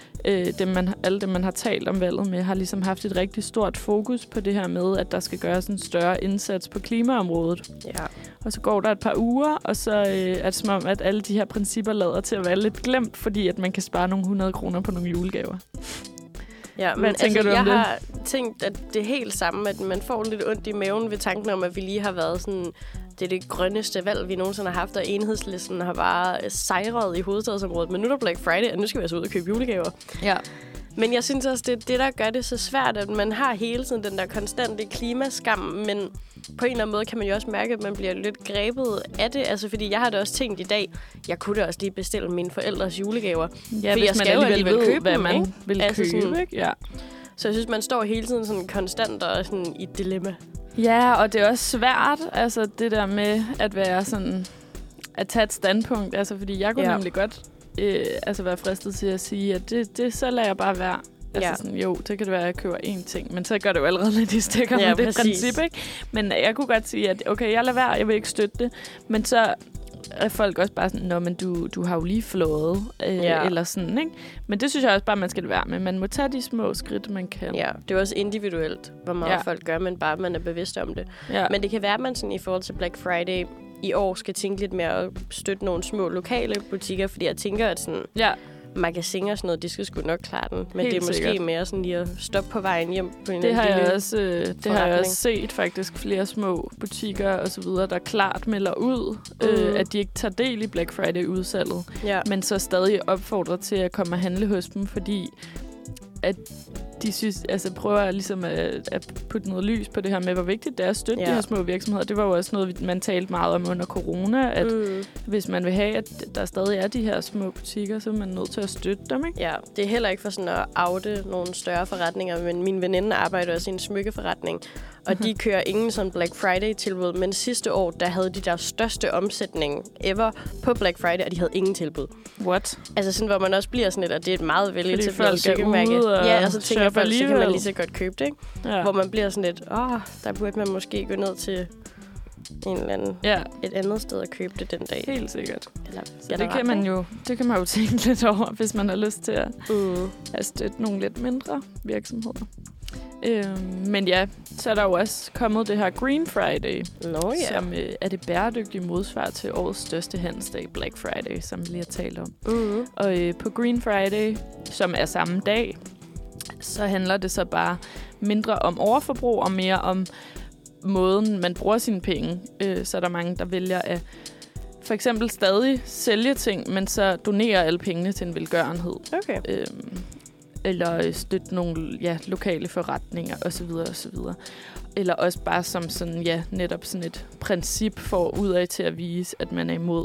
alle dem, man har talt om valget med, har ligesom haft et rigtig stort fokus på det her med, at der skal gøres en større indsats på klimaområdet. Ja. Og så går der et par uger, og så er det som om, at alle de her principper lader til at være lidt glemt, fordi at man kan spare nogle 100 kroner på nogle julegaver. Ja, men tænker du om det? Jeg har tænkt, at det er helt samme, at man får lidt ondt i maven ved tanken om, at vi lige har været sådan, det er det grønneste valg, vi nogensinde har haft, og Enhedslisten har bare sejret i hovedstadsområdet. Men nu er der Black Friday, og nu skal vi altså ud og købe julegaver. Ja. Men jeg synes også, det er det, der gør det så svært, at man har hele tiden den der konstante klimaskam, men på en eller anden måde kan man jo også mærke, at man bliver lidt grebet af det. Altså, fordi jeg har da også tænkt i dag, jeg kunne da også lige bestille mine forældres julegaver. Ja, for jeg skal jo alligevel købe hvad man dem, vil altså købe, sådan, ikke? Ja. Så jeg synes, man står hele tiden sådan konstant og sådan i et dilemma. Ja, og det er også svært, altså det der med at være sådan, at tage et standpunkt. Altså, fordi jeg kunne nemlig godt være fristet til at sige, at det så lader jeg bare være. Altså sådan, jo, det kan det være, at jeg køber én ting, men så gør det jo allerede lidt i stikker med det princip, ikke? Men jeg kunne godt sige, at okay, jeg lader være, jeg vil ikke støtte det. Men så er folk også bare sådan, nå, men du har jo lige flået, eller sådan, ikke? Men det synes jeg også bare, man skal være med. Man må tage de små skridt, man kan. Ja, det er også individuelt, hvor meget folk gør, men bare man er bevidst om det. Ja. Men det kan være, at man sådan i forhold til Black Friday i år skal tænke lidt mere at støtte nogle små lokale butikker, fordi jeg tænker, at sådan magasiner og sådan noget, de skal sgu nok klare den. Men helt det er måske sikkert mere sådan lige at stoppe på vejen hjem på en det har jeg også set faktisk flere små butikker og så videre, der klart melder ud, at de ikke tager del i Black Friday-udsalget, men så stadig opfordrer til at komme og handle hos dem, fordi at de synes, altså prøver ligesom at putte noget lys på det her med, hvor vigtigt det er at støtte de her små virksomheder. Det var jo også noget, man talte meget om under corona, at hvis man vil have, at der stadig er de her små butikker, så er man nødt til at støtte dem, ikke? Ja, det er heller ikke for sådan at oute nogle større forretninger, men min veninde arbejder også i en smykkeforretning, og de kører ingen sådan Black Friday-tilbud, men sidste år, der havde de der største omsætning ever på Black Friday, og de havde ingen tilbud. What? Altså sådan, hvor man også bliver sådan lidt, og det er et meget veletableret smykkemærke. Ja, og så tænker folk, så kan man lige så godt købe det, ikke? Ja. Hvor man bliver sådan lidt, der burde man måske gå ned til en eller anden, et andet sted og købe det den dag. Helt sikkert. Eller, så det kan man jo tænke lidt over, hvis man har lyst til at støtte nogle lidt mindre virksomheder. Men ja, så er der jo også kommet det her Green Friday, som er det bæredygtige modsvar til årets største handelsdag, Black Friday, som vi lige har talt om. Og på Green Friday, som er samme dag, så handler det så bare mindre om overforbrug og mere om måden, man bruger sine penge. Så er der mange, der vælger at for eksempel stadig sælge ting, men så donerer alle pengene til en velgørenhed. Okay. Eller støtte nogle lokale forretninger osv. osv. Eller også bare som sådan, netop sådan et princip for udad til at vise, at man er imod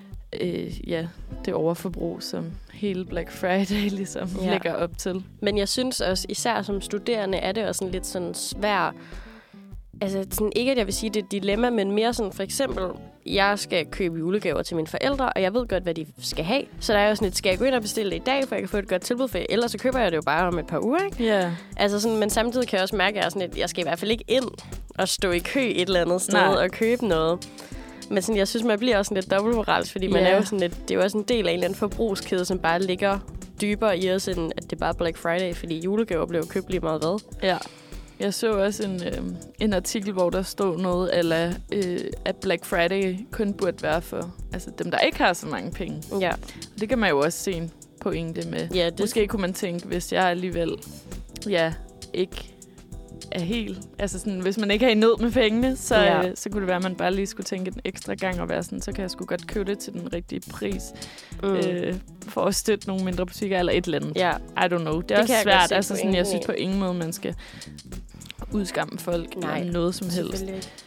det overforbrug, som hele Black Friday ligesom lægger op til. Men jeg synes også, især som studerende, er det også sådan lidt sådan svær. Altså sådan, ikke at jeg vil sige, det er et dilemma, men mere sådan for eksempel, jeg skal købe julegaver til mine forældre, og jeg ved godt, hvad de skal have. Så der er jo sådan et, skal jeg gå ind og bestille det i dag, for jeg kan få et godt tilbud, for ellers så køber jeg det jo bare om et par uger, ikke? Yeah. Altså sådan, men samtidig kan jeg også mærke, at jeg skal i hvert fald ikke ind og stå i kø et eller andet sted og købe noget. Men sådan, jeg synes, man bliver også sådan lidt dobbeltmoralsk, fordi man er jo sådan lidt, det er jo også en del af en eller anden forbrugskæde, som bare ligger dybere i os, end at det er bare Black Friday, fordi julegaver blev købt lige meget hvad. Ja. Jeg så også en artikel, hvor der stod noget, eller at Black Friday kun burde være for dem, der ikke har så mange penge. Ja. Og det kan man jo også se en pointe med. Ja, måske kunne man tænke, hvis jeg alligevel ikke er helt... Altså sådan, hvis man ikke har i nød med pengene, så kunne det være, at man bare lige skulle tænke en ekstra gang og være sådan, så kan jeg sgu godt købe det til den rigtige pris. For at støtte nogle mindre butikker eller et eller andet. Ja. I don't know. Det er også svært. Altså sådan, jeg synes på ingen måde, man skal udskamme folk eller noget som helst.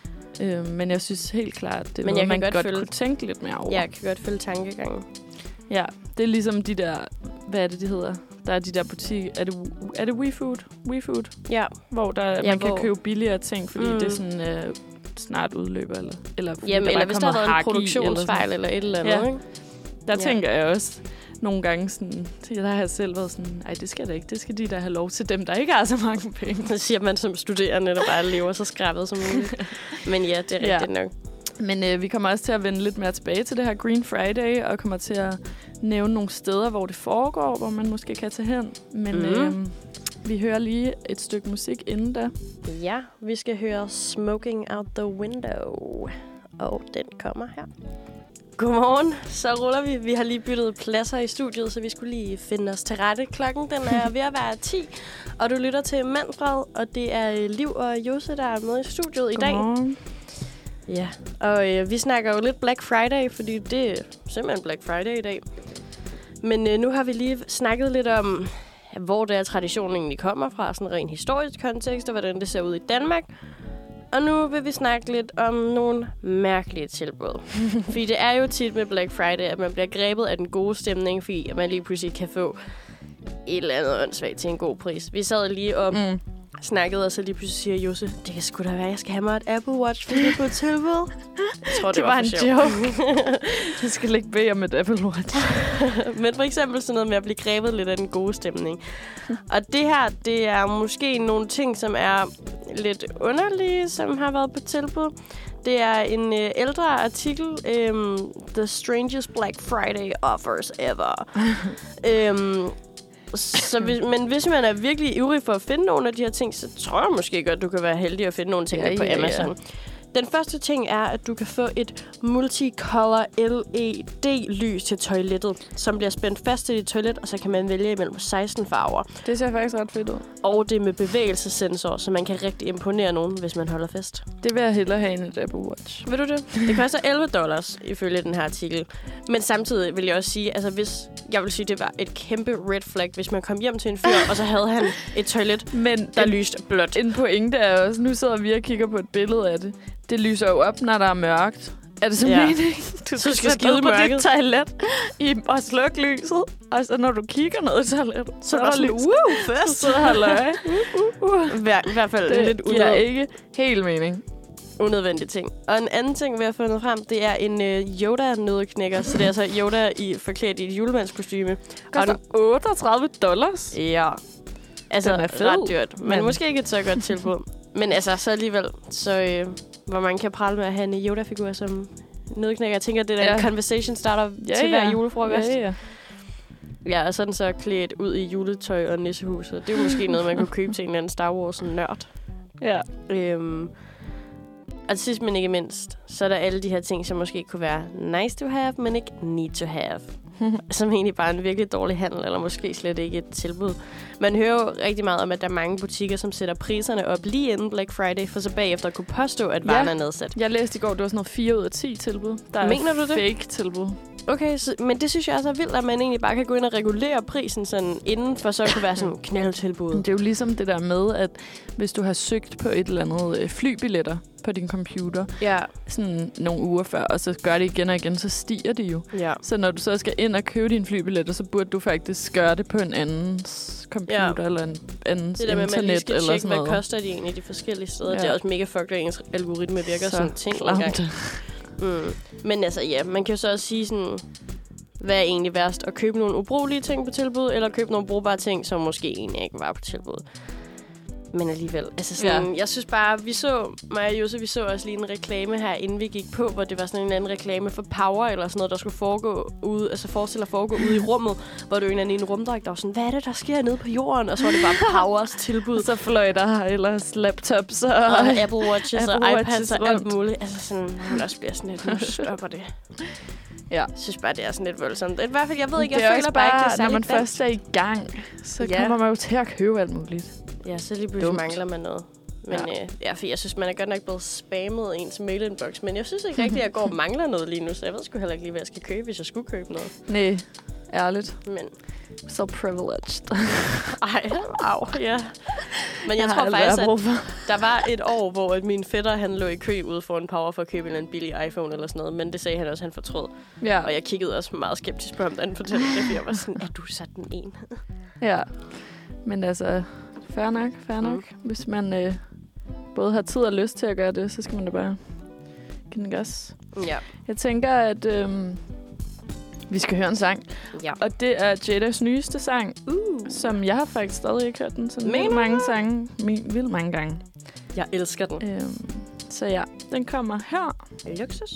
Men jeg synes helt klart, det er noget, man godt kunne tænke lidt mere over. Jeg kan godt følge tankegangen. Ja, det er ligesom de der... Hvad er det, de hedder? Der er de der butikker... Er det WeFood? Ja. Hvor man kan købe billigere ting, fordi det er sådan snart udløber. Eller hvis der har været en produktionsfejl eller et eller andet. Ikke? Der tænker jeg også nogle gange sådan... Der har jeg selv været sådan... Ej, det skal da ikke. Det skal de der have lov til dem, der ikke har så mange penge. Det siger man som studerende, der bare lever så skrabet som muligt. Men ja, det er rigtigt nok. Men vi kommer også til at vende lidt mere tilbage til det her Green Friday, og kommer til at nævne nogle steder, hvor det foregår, hvor man måske kan tage hen. Men vi hører lige et stykke musik inden da. Ja, vi skal høre Smoking Out the Window, og den kommer her. Godmorgen, så ruller vi. Vi har lige byttet pladser i studiet, så vi skulle lige finde os til rette. Klokken den er ved at være 10, og du lytter til Manfred, og det er Liv og Jose, der er med i studiet i dag. Godmorgen. Ja, og vi snakker jo lidt Black Friday, fordi det er simpelthen Black Friday i dag. Men nu har vi lige snakket lidt om, hvor det er traditionen egentlig kommer fra, sådan en ren historisk kontekst, og hvordan det ser ud i Danmark. Og nu vil vi snakke lidt om nogle mærkelige tilbud. Fordi det er jo tit med Black Friday, at man bliver grebet af den gode stemning, fordi man lige pludselig kan få et eller andet åndssvagt til en god pris. Vi sad lige og snakkede, og så lige pludselig siger Jose, det kan sgu da være, jeg skal have mig et Apple Watch, fordi det er på et tilbud. Jeg tror, det var en joke. Jeg skal ikke bede om et Apple Watch. Men for eksempel sådan noget med at blive grebet lidt af den gode stemning. Og det her, det er måske nogle ting, som er lidt underlige, som har været på tilbud. Det er en ældre artikel, The Strangest Black Friday Offers Ever. Men hvis man er virkelig ivrig for at finde nogle af de her ting, så tror jeg måske godt, du kan være heldig at finde nogle ting på Amazon. Ja. Den første ting er, at du kan få et multicolor LED-lys til toilettet, som bliver spændt fast til dit toilet, og så kan man vælge imellem 16 farver. Det ser faktisk ret fedt ud. Og det er med bevægelsessensor, så man kan rigtig imponere nogen, hvis man holder fest. Det vil jeg hellere have end et Apple Watch. Vil du det? Det koster $11 ifølge den her artikel. Men samtidig vil jeg også sige, altså hvis jeg vil sige, det var et kæmpe red flag, hvis man kom hjem til en fyr, og så havde han et toilet, der lyste blåt. En pointe er også, nu sidder vi og kigger på et billede af det. Det lyser jo op, når der er mørkt. Er det så mening? Du skal skide på dit toilet og slukke lyset. Og så når du kigger ned i toilettet, så er der lys. Først. Så halvøj. I hvert fald det lidt giver ikke helt mening. Unødvendig ting. Og en anden ting, vi har fundet frem, det er en Yoda-nøddeknækker. Så det er altså Yoda forklædt i et julemandskostyme. Koster $38. Ja. Altså, den er fed, ret dyrt. Men måske ikke et så godt tilbud. Men altså, så alligevel, så hvor man kan prale med at have en Yoda-figur som nøddeknækker. Jeg tænker, det er en conversation starter til hver julefrokost. Ja, og sådan så klædt ud i juletøj og nissehuset. Det er jo måske noget, man kunne købe til en eller anden Star Wars-nørd. Ja. Og sidst, men ikke mindst, så er der alle de her ting, som måske kunne være nice to have, men ikke need to have. Som egentlig bare en virkelig dårlig handel, eller måske slet ikke et tilbud. Man hører jo rigtig meget om, at der er mange butikker, som sætter priserne op lige inden Black Friday, for så bagefter at kunne påstå, at varen er nedsat. Jeg læste i går, det var sådan noget 4 ud af 10 tilbud. Der Mener du det? Fake tilbud. Okay, men det synes jeg også er vildt, at man egentlig bare kan gå ind og regulere prisen sådan inden, for så kunne være sådan knaldtilbud. Det er jo ligesom det der med, at hvis du har søgt på et eller andet flybilletter på din computer, sådan nogle uger før, og så gør det igen og igen, så stiger det jo. Ja. Så når du så skal ind og købe dine flybilletter, så burde du faktisk gøre det på en andens computer eller en andens internet eller sådan noget. Det der med, at man lige skal tjekke, hvad koster de egentlig de forskellige steder. Ja. Det er også mega fucked, at ens algoritme virker så sådan ting. Men altså, ja, man kan jo så også sige sådan, hvad er egentlig værst? At købe nogle ubrugelige ting på tilbud, eller købe nogle brugbare ting, som måske egentlig ikke var på tilbud. Men alligevel, altså sådan, jeg synes bare, mig og Jose, vi så også lige en reklame her, inden vi gik på, hvor det var sådan en anden reklame for Power, eller sådan noget, der skulle foregå ude, altså forestille at foregå ude i rummet, hvor det var en rumdragt, der var sådan, hvad er det, der sker nede på jorden? Og så var det bare Powers tilbud. Så fløj der ellers laptops og Apple Watches og iPads og alt muligt. Altså sådan, hun også bliver sådan lidt, nu stopper det. Ja. Jeg synes bare, det er sådan lidt voldsomt. I hvert fald, jeg ved ikke, jeg føler bare ikke, det er særligt når man først er i gang, så kommer man jo til at købe alt muligt. Ja, så lige pludselig mangler man noget. Men for jeg synes, man er godt nok blevet spammet ens mail-inbox. Men jeg synes ikke rigtigt, at jeg går og mangler noget lige nu. Så jeg ved sgu heller ikke lige, hvad jeg skal købe, hvis jeg skulle købe noget. Nej, ærligt. Men So privileged. ej, ja. Men jeg tror faktisk, at der var et år, hvor at min fætter, han lå i kø ude for en Power for at købe en billig iPhone eller sådan noget. Men det sagde han også, han fortrød. Ja. Og jeg kiggede også meget skeptisk på ham, da han fortalte det. Fordi jeg var sådan, du sat den en. Ja, men altså, fair nok. Hvis man både har tid og lyst til at gøre det, så skal man da bare give den gas. Ja. Jeg tænker, at vi skal høre en sang. Ja. Og det er Jadas nyeste sang, som jeg har faktisk stadig ikke hørt den. Sådan vildt mange gange. Jeg elsker den. Så ja, den kommer her. Luksus.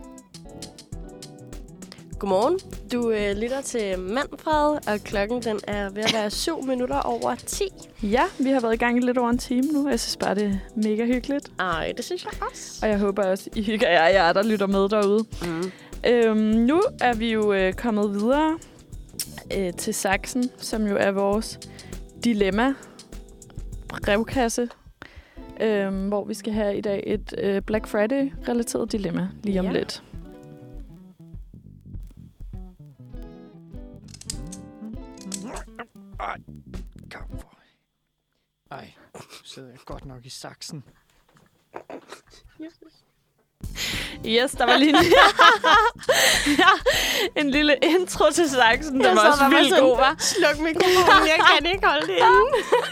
Godmorgen. Du lytter til Manfred, og klokken den er ved at være 7 minutter over 10. Ja, vi har været i gang i lidt over en time nu. Jeg synes bare, det er mega hyggeligt. Ej, det synes jeg også. Og jeg håber også, I hygger jer, der lytter med derude. Nu er vi jo kommet videre til Saksen, som jo er vores dilemma-brevkasse, hvor vi skal have i dag et Black Friday-relateret dilemma lige om lidt. Ej, nu sidder jeg godt nok i saksen. Yes, der var lige en lille intro til saksen, der var også vildt god, var. Sluk mikrofonen, jeg kan ikke holde det inde.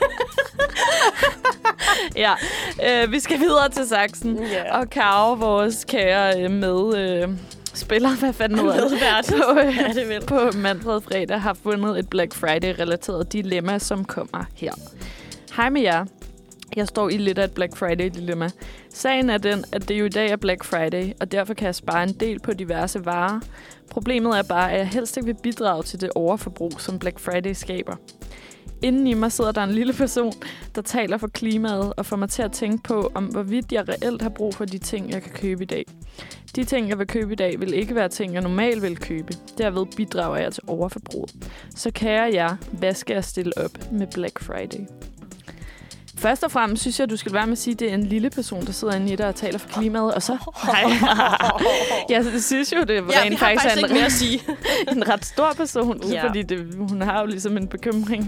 Ja, vi skal videre til saksen. Yeah. Og Karo, vores kære spiller, hvad fanden hedder det? På Manfred Fredag har fundet et Black Friday-relateret dilemma, som kommer her. Hej med jer. Jeg står i lidt af et Black Friday-dilemma. Sagen er den, at det jo i dag er Black Friday, og derfor kan jeg spare en del på diverse varer. Problemet er bare, at jeg helst ikke vil bidrage til det overforbrug, som Black Friday skaber. Inden i mig sidder der en lille person, der taler for klimaet og får mig til at tænke på, om hvorvidt jeg reelt har brug for de ting, jeg kan købe i dag. De ting, jeg vil købe i dag, vil ikke være ting, jeg normalt vil købe. Derved bidrager jeg til overforbruget. Så kære jer, hvad skal jeg stille op med Black Friday? Først og fremmest synes jeg, du skal være med at sige, at det er en lille person, der sidder inde i dig og taler for klimaet, og så... Jeg synes jo, det er rent faktisk ikke mere at sige. en ret stor person, fordi hun har jo ligesom en bekymring.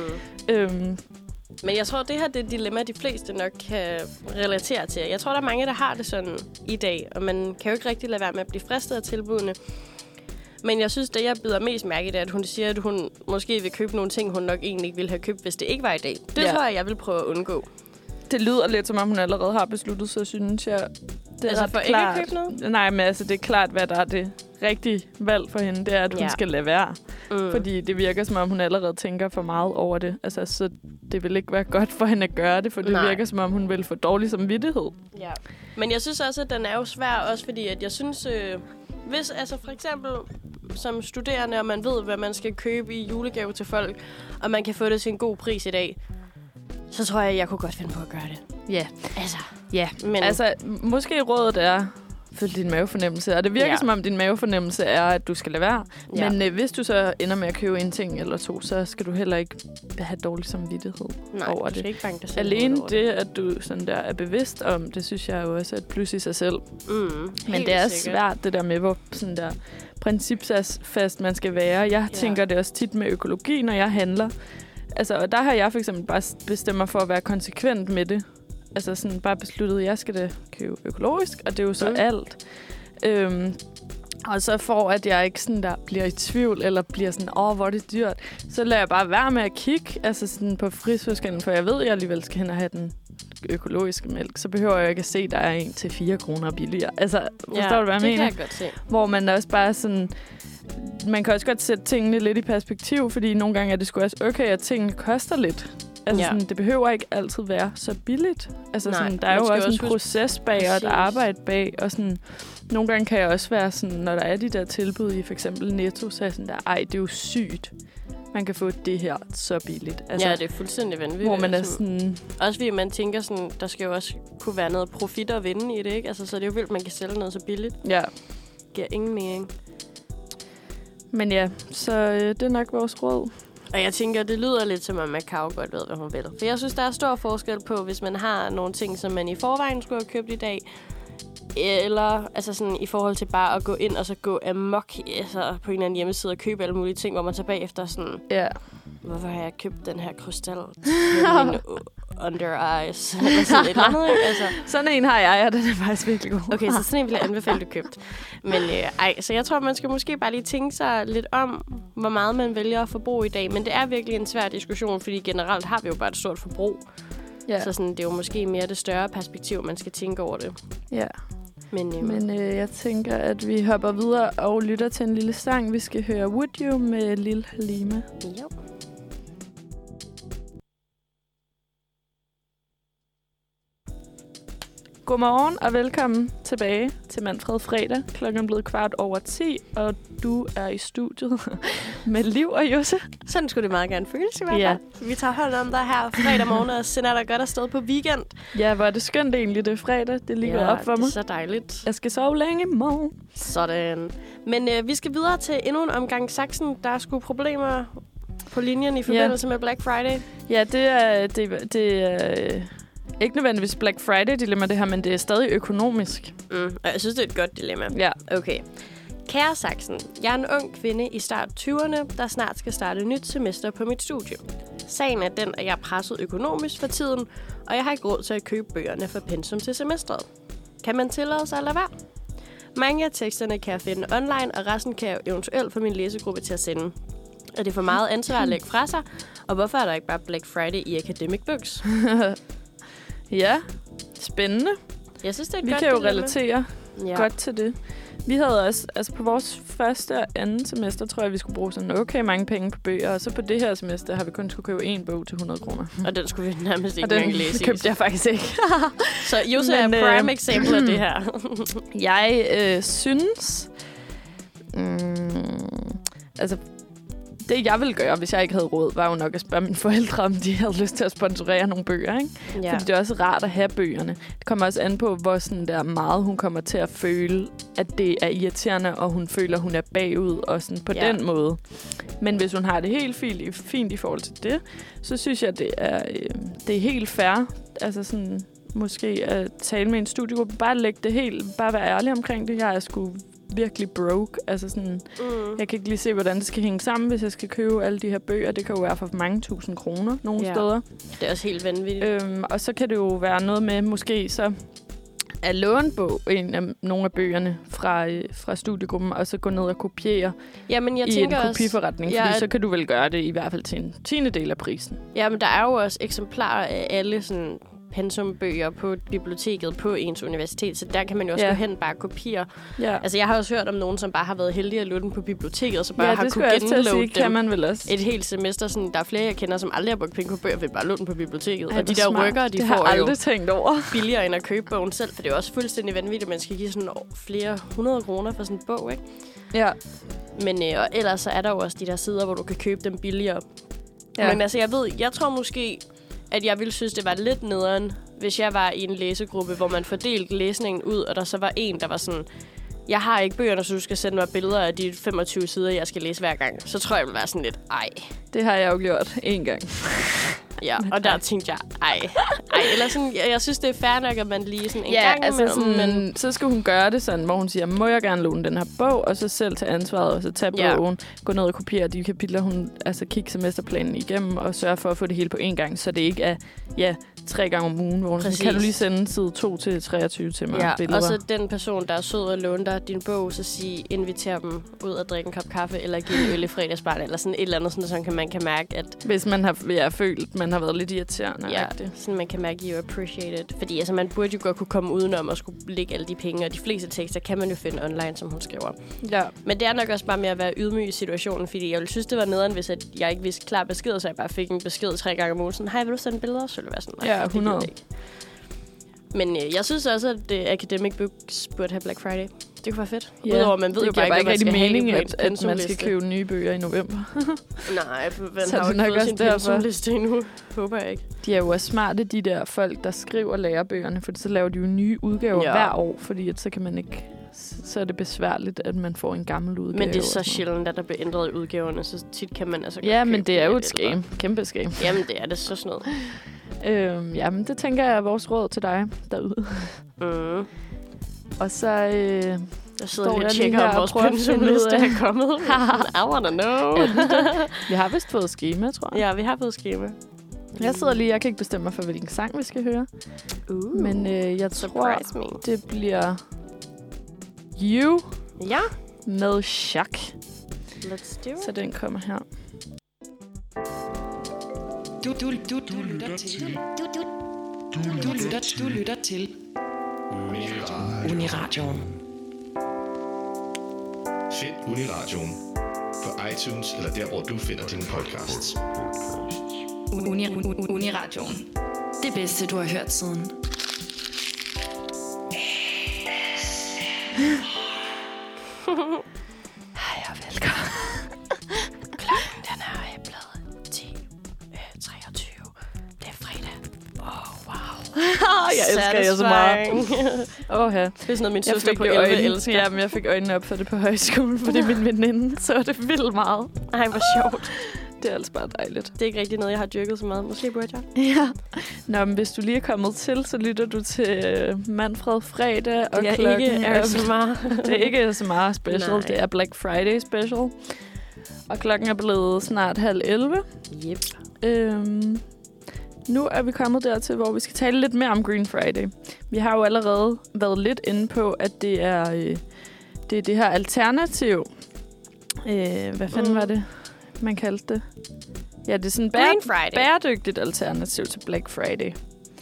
Men jeg tror, det her det er et dilemma, de fleste nok kan relatere til. Jeg tror, der er mange, der har det sådan i dag, og man kan jo ikke rigtig lade være med at blive fristet af tilbudene. Men jeg synes, det jeg bider mest mærke i, det er, at hun siger, at hun måske vil købe nogle ting, hun nok egentlig ikke ville have købt, hvis det ikke var i dag. Det tror jeg vil prøve at undgå. Det lyder lidt, som om hun allerede har besluttet, så synes jeg, det er altså ret for klart. Ikke at købe noget? Nej, men altså, det er klart, hvad der er det rigtige valg for hende. Det er, at hun skal lade være. Fordi det virker, som om hun allerede tænker for meget over det. Altså, så det vil ikke være godt for hende at gøre det, for det virker, som om hun vil få dårlig samvittighed. Ja. Men jeg synes også, at den er jo svær, også fordi at jeg synes... Hvis altså for eksempel som studerende, og man ved, hvad man skal købe i julegave til folk, og man kan få det til en god pris i dag, så tror jeg kunne godt finde på at gøre det. Ja. Men altså, måske rådet er, følg din mavefornemmelse. Og det virker som om, din mavefornemmelse er, at du skal lade være. Ja. Men hvis du så ender med at købe en ting eller to, så skal du heller ikke have dårlig samvittighed over det. Ikke bange dig selv alene det, at du sådan der er bevidst om, det synes jeg jo også er et plus i sig selv. Men det er svært, det der med, hvor sådan der principfast man skal være. Jeg tænker det også tit med økologi, når jeg handler. Altså, og der har jeg for eksempel bare bestemt mig for at være konsekvent med det. Altså sådan bare besluttet, at jeg skal da købe økologisk, og det er jo så alt. Og så for, at jeg ikke sådan der bliver i tvivl, eller bliver sådan, hvor er det dyrt, så lader jeg bare være med at kigge altså sådan på frisørskanden, for jeg ved, at jeg alligevel skal hen og have den økologiske mælk. Så behøver jeg ikke at se, at der er 1 til 4 kroner billigere. Altså, forstår du, hvad jeg mener? Det kan jeg godt se. Hvor man også bare sådan... Man kan også godt sætte tingene lidt i perspektiv, fordi nogle gange er det sgu også okay, at tingene koster lidt. Altså, sådan, det behøver ikke altid være så billigt. Altså, sådan, der er jo også en proces bag og et arbejde bag. Og sådan, nogle gange kan jeg også være sådan, når der er de der tilbud i for eksempel Netto, så er jeg sådan der, det er jo sygt. Man kan få det her så billigt. Altså, ja, det er fuldstændig vanvittigt. Hvor man er sådan... Også fordi man tænker sådan, der skal jo også kunne være noget profit at vinde i det, ikke? Altså, så det er jo vildt, man kan sælge noget så billigt. Ja. Giver ingen mening. Men ja, så det er nok vores råd Og jeg tænker, det lyder lidt som om Macau godt ved, hvad hun vil. For jeg synes, der er stor forskel på, hvis man har nogle ting, som man i forvejen skulle have købt i dag, eller altså sådan i forhold til bare at gå ind og så gå amok altså på en eller anden hjemmeside og købe alle mulige ting, hvor man så bagefter sådan, hvorfor har jeg købt den her krystal til mine under eyes? Eller sådan et eller andet, ikke? Altså. Sådan en har jeg, og den er faktisk virkelig god. Okay, så sådan en vil jeg anbefale, du købt. Men så jeg tror, man skal måske bare lige tænke sig lidt om, hvor meget man vælger at forbruge i dag. Men det er virkelig en svær diskussion, fordi generelt har vi jo bare et stort forbrug. Ja. Så sådan, det er jo måske mere det større perspektiv, man skal tænke over det. Ja. Men jeg tænker, at vi hopper videre og lytter til en lille sang. Vi skal høre Would You med Lil Halima. Jo. Godmorgen og velkommen tilbage til Manfred Fredag. Klokken er blevet 10:15, og du er i studiet med Liv og Josse. Sådan skulle det meget gerne føles i hvert fald. Ja. Vi tager hånd om dig her fredag morgen og sender dig godt afsted på weekend. Ja, hvor er det skønt egentlig, det er fredag. Det ligger op for mig. Det er så dejligt. Jeg skal sove længe i morgen. Sådan. Men vi skal videre til endnu en omgang Saxen. Der er sgu problemer på linjen i forbindelse med Black Friday. Ja, det er ikke nødvendigvis Black Friday-dilemma det her, men det er stadig økonomisk. Og jeg synes, det er et godt dilemma. Ja. Okay. Kære Saxen, jeg er en ung kvinde i start 20'erne, der snart skal starte nyt semester på mit studie. Sagen er den, at jeg er presset økonomisk for tiden, og jeg har ikke råd til at købe bøgerne for pensum til semestret. Kan man tillade sig at lade være? Mange af teksterne kan jeg finde online, og resten kan jeg eventuelt få min læsegruppe til at sende. Er det for meget ansvar at lægge fra sig? Og hvorfor er der ikke bare Black Friday i Academic Books? Ja, spændende. Jeg synes, det er Vi kan jo relatere godt til det. Vi havde også, altså på vores første og anden semester, tror jeg, vi skulle bruge sådan okay mange penge på bøger. Og så på det her semester har vi kun skulle købe en bog til 100 kroner. Og den skulle vi nærmest ikke engang læse. Og den købte jeg faktisk ikke. Så Jose er prime example af det her. Jeg synes... altså... Det, jeg ville gøre, hvis jeg ikke havde råd, var jo nok at spørge mine forældre, om de havde lyst til at sponsorere nogle bøger, ikke? Ja. Fordi det er også rart at have bøgerne. Det kommer også an på, hvor sådan der meget hun kommer til at føle, at det er irriterende, og hun føler, at hun er bagud, og sådan på den måde. Men hvis hun har det helt fint i forhold til det, så synes jeg, det er helt fair. Altså sådan, måske at tale med en studiegruppe. Bare være ærlig omkring det. Jeg er sgu virkelig broke. Altså sådan, jeg kan ikke lige se, hvordan det skal hænge sammen, hvis jeg skal købe alle de her bøger. Det kan jo være for mange tusind kroner nogle steder. Det er også helt vanvittigt. Og så kan det jo være noget med, måske så at låne nogle af bøgerne fra studiegruppen, og så gå ned og kopiere i en kopiforretning. Fordi så kan du vel gøre det i hvert fald til en 10. af prisen. Ja, men der er jo også eksemplarer af alle sådan pensumbøger på biblioteket på ens universitet, så der kan man jo også gå hen bare kopiere. Ja. Altså, jeg har også hørt om nogen, som bare har været heldige at låne dem på biblioteket, og så bare har kunne genloade dem kan man vel også. Et helt semester. Sådan, der er flere, jeg kender, som aldrig har brugt penge på bøger, vil bare låne dem på biblioteket. Og de der rykker, de får aldrig tænkt over. Billigere end at købe bogen selv, for det er også fuldstændig vanvittigt, at man skal give sådan flere 100 kroner for sådan en bog, ikke? Ja. Men ellers så er der jo også de der sider, hvor du kan købe dem billigere. Ja. Men altså, jeg tror måske, at jeg ville synes, det var lidt nederen, hvis jeg var i en læsegruppe, hvor man fordelte læsningen ud, og der så var en, der var sådan, jeg har ikke bøgerne, så du skal sende mig billeder af de 25 sider, jeg skal læse hver gang. Så tror jeg, ville være sådan lidt, ej. Det har jeg jo gjort én gang. Ja, og der tænkte jeg, ej. Eller sådan, jeg synes, det er fair nok, at man lige sådan en gang altså imellem. Men så skal hun gøre det sådan, hvor hun siger, må jeg gerne låne den her bog, og så selv tage ansvaret, og så tage bogen, gå ned og kopiere de kapitler, hun kigge semesterplanen igennem, og sørge for at få det hele på én gang, så det ikke er, 3 gange om ugen, hvor hun siger, kan du lige sende side 2 til 23 til mig billeder. Og så den person, der er sød og låne dig din bog, så inviter dem ud og drikke en kop kaffe, eller give en øl i fredagsbar, eller sådan et eller andet, sådan, så man kan mærke, at... Hvis man har følt, man har været lidt irriterende. Ja, sådan man kan mærke, you appreciate it. Fordi altså, man burde jo godt kunne komme udenom og skulle lægge alle de penge, og de fleste tekster kan man jo finde online, som hun skriver. Ja. Men det er nok også bare med at være ydmyg i situationen, fordi jeg ville synes, det var nederen, hvis jeg ikke vidste klar besked, så jeg bare fik en besked 3 gange om ugen. Sådan, hej, vil du sende billeder? Så ville det være sådan, ja, 100. Men jeg synes også, at Academic Books burde have Black Friday. Det kunne være fedt. Udover, man ved jo bare ikke, hvad man skal mening, at man skal købe nye bøger i november. Nej, for man har jo ikke fået sin pensumliste endnu. Håber jeg ikke. De er jo også smarte, de der folk, der skriver lærebøgerne, for så laver de jo nye udgaver hver år, fordi at så kan man ikke så er det besværligt, at man får en gammel udgave. Men det er så sjældent, at der bliver ændret i udgaverne, så tit kan man altså godt Ja, men købe det er jo et lidt scam. Kæmpe scam. Jamen, det er det så sådan noget. Jamen, det tænker jeg er vores råd til dig derude. Mm. Og så Jeg sidder lige og lige tjekker, her om og vores prøver at finde pensumliste ud af- er kommet. I wanna know. vi har vist fået schema, tror jeg. Ja, vi har fået schema. Jeg sidder lige, jeg kan ikke bestemme mig for, hvilken sang vi skal høre. Men jeg tror, Surprise me. det bliver You Ja, med Chak. let's do it. Så den kommer her. Du lytter til Uniradioen. Find Uniradioen på iTunes eller der, hvor du finder dine podcasts. Uniradioen. Det bedste, du har hørt siden. Hej og velkommen. Klokken den er blevet 10:23. Det er fredag. Wow. Jeg elsker jer så meget. Ja. Det er sådan noget, min Jeg søster fik på 11 øjnene, elsker. ja, men jeg fik øjnene op for det på højskolen, fordi min veninde så det vildt meget. Ej, hvor sjovt. Det er altså bare dejligt. Det er ikke rigtig noget, jeg har dyrket så meget. Måske burde jeg. Ja. Nå, men hvis du lige er kommet til, så lytter du til Manfred Fredag. Og Det er klokken ikke ASMR. Det er ikke ASMR special, Nej. det er Black Friday special. Og klokken er blevet snart 10:30. Yep. Nu er vi kommet dertil, hvor vi skal tale lidt mere om Green Friday. Vi har jo allerede været lidt inde på, at det er det her alternativ. Hvad fanden var det, man kaldte det? Ja, det er sådan Green Friday. bæredygtigt alternativ til Black Friday.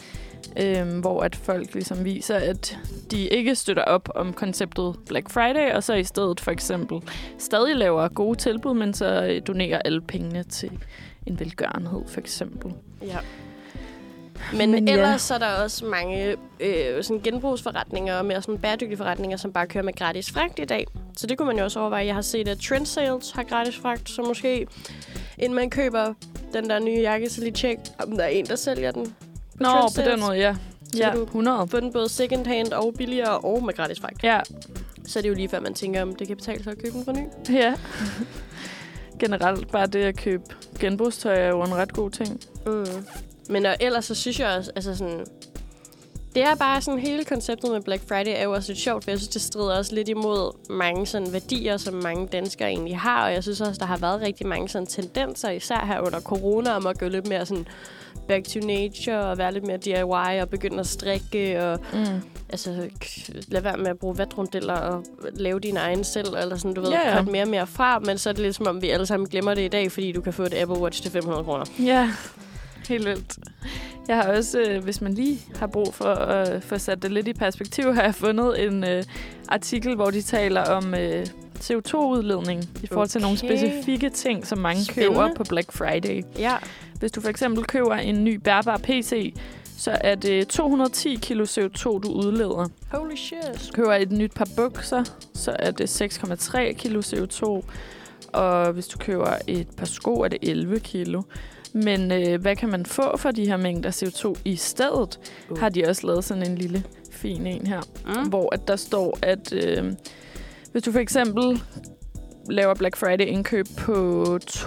Hvor at folk ligesom viser, at de ikke støtter op om konceptet Black Friday, og så i stedet for eksempel stadig laver gode tilbud, men så donerer alle pengene til en velgørenhed, for eksempel. Ja. Men ja. ellers så er der også mange sådan genbrugsforretninger og mere sådan bæredygtige forretninger, som bare kører med gratis fragt i dag. Så det kunne man jo også overveje. Jeg har set, at Trend Sales har gratis fragt, så måske inden man køber den der nye jakke, så lige tjek, om der er en, der sælger den. Nå, Trend på Sales. den måde, ja. Så Ja, kan du 100. få den både second hand og billigere og med gratis fragt. Ja, Så er det jo lige før, man tænker, om det kan betale sig at købe den for ny. ja. Generelt bare det at købe genbrugstøj er jo en ret god ting. Mm. Men ellers så synes jeg også, altså sådan... Det er bare sådan, hele konceptet med Black Friday er jo også lidt sjovt, for jeg synes, det strider også lidt imod mange sådan værdier, som mange danskere egentlig har. Og jeg synes også, der har været rigtig mange sådan tendenser, især her under corona, om at gå lidt mere sådan back to nature og være lidt mere DIY og begynde at strikke og altså lade være med at bruge vatrundeller og lave dine egne selv, eller sådan, du ved, cut mere og mere fra. Men så er det lidt som om, vi alle sammen glemmer det i dag, fordi du kan få et Apple Watch til 500 kroner. Ja, helt vildt. Jeg har også, hvis man lige har brug for at få sat det lidt i perspektiv, har jeg fundet en artikel, hvor de taler om CO2-udledning i forhold til nogle specifikke ting, som mange køber på Black Friday. Ja. Hvis du for eksempel køber en ny bærbar PC, så er det 210 kilo CO2, du udleder. Holy shit. Hvis du køber et nyt par bukser, så er det 6,3 kilo CO2. Og hvis du køber et par sko, er det 11 kilo. Men hvad kan man få for de her mængder CO2 i stedet? Har de også lavet sådan en lille fin en her, hvor at der står, at hvis du for eksempel laver Black Friday indkøb på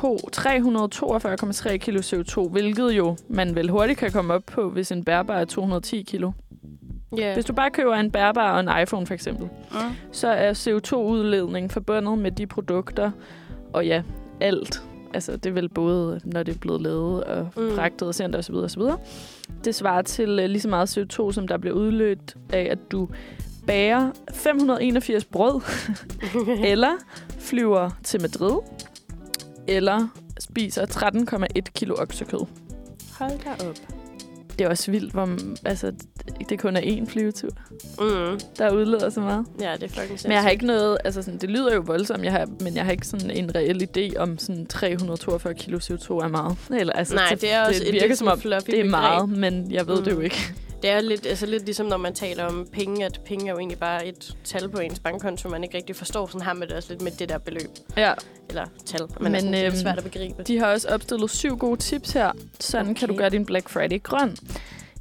342,3 kilo CO2, hvilket jo man vel hurtigt kan komme op på, hvis en bærbar er 210 kilo. Yeah. Hvis du bare køber en bærbar og en iPhone for eksempel, så er CO2-udledning forbundet med de produkter, og ja, alt. Altså, det er vel både, når det er blevet lavet og fragtet og sendt osv. osv. Det svarer til lige så meget CO2, som der bliver udledt af, at du bager 581 brød, eller flyver til Madrid, eller spiser 13,1 kilo oksekød. Hold da op. Det er også vildt, hvor altså, det kun er én flyvetur, der udleder så meget. Ja, det er fucking sindssygt. Men jeg har ikke noget, altså sådan, det lyder jo voldsomt, men jeg har ikke sådan en reel idé om sådan 342 kilo CO2 er meget. Eller, altså, nej, det er også det virker som om, det er begreb. meget, men jeg ved det jo ikke. Det er lidt ligesom, når man taler om penge, at penge er jo egentlig bare et tal på ens bankkonto, man ikke rigtig forstår. Sådan har man det også lidt med det der beløb. Ja. Eller tal, men sådan, det er svært at begribe. De har også opstillet 7 gode tips her. Sådan kan du gøre din Black Friday grøn.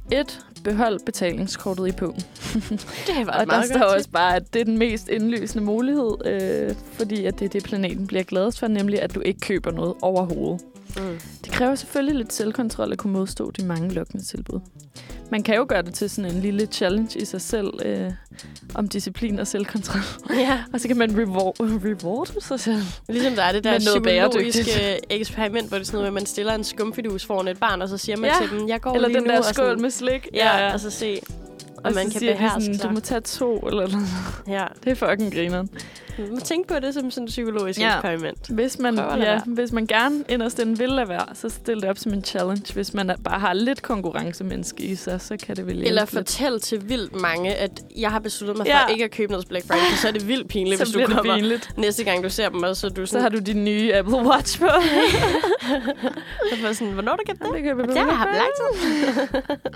1. Behold betalingskortet i pungen. Det var og der står også bare, at det er den mest indlysende mulighed, fordi at det er det, planeten bliver gladest for, nemlig at du ikke køber noget overhovedet. Det kræver selvfølgelig lidt selvkontrol at kunne modstå de mange lokkende tilbud. Man kan jo gøre det til sådan en lille challenge i sig selv om disciplin og selvkontrol. Ja. Og så kan man reward sig selv. Ligesom der er det der psykologiske eksperiment, hvor det er sådan noget, at man stiller en skumfidus foran et barn, og så siger man til dem, jeg går eller lige den nu. Der og skål sådan, med slik. Ja, og så se, om man kan beherske sig. Du må tage 2 eller noget. Ja. Det er fucking grineren. Man tænker på det som sådan et psykologisk eksperiment. Hvis man gerne inderst den vil lade være, så stil det op som en challenge. Hvis man bare har lidt konkurrencemenneske i sig, så kan det vel hjælpe. Eller fortæl til vildt mange, at jeg har besluttet mig for ikke at købe noget Black Friday, så er det vildt pinligt, hvis du kommer næste gang, du ser dem. Og så har du din nye Apple Watch på. Så var sådan, hvornår du købte det? Det har jeg haft lang tid.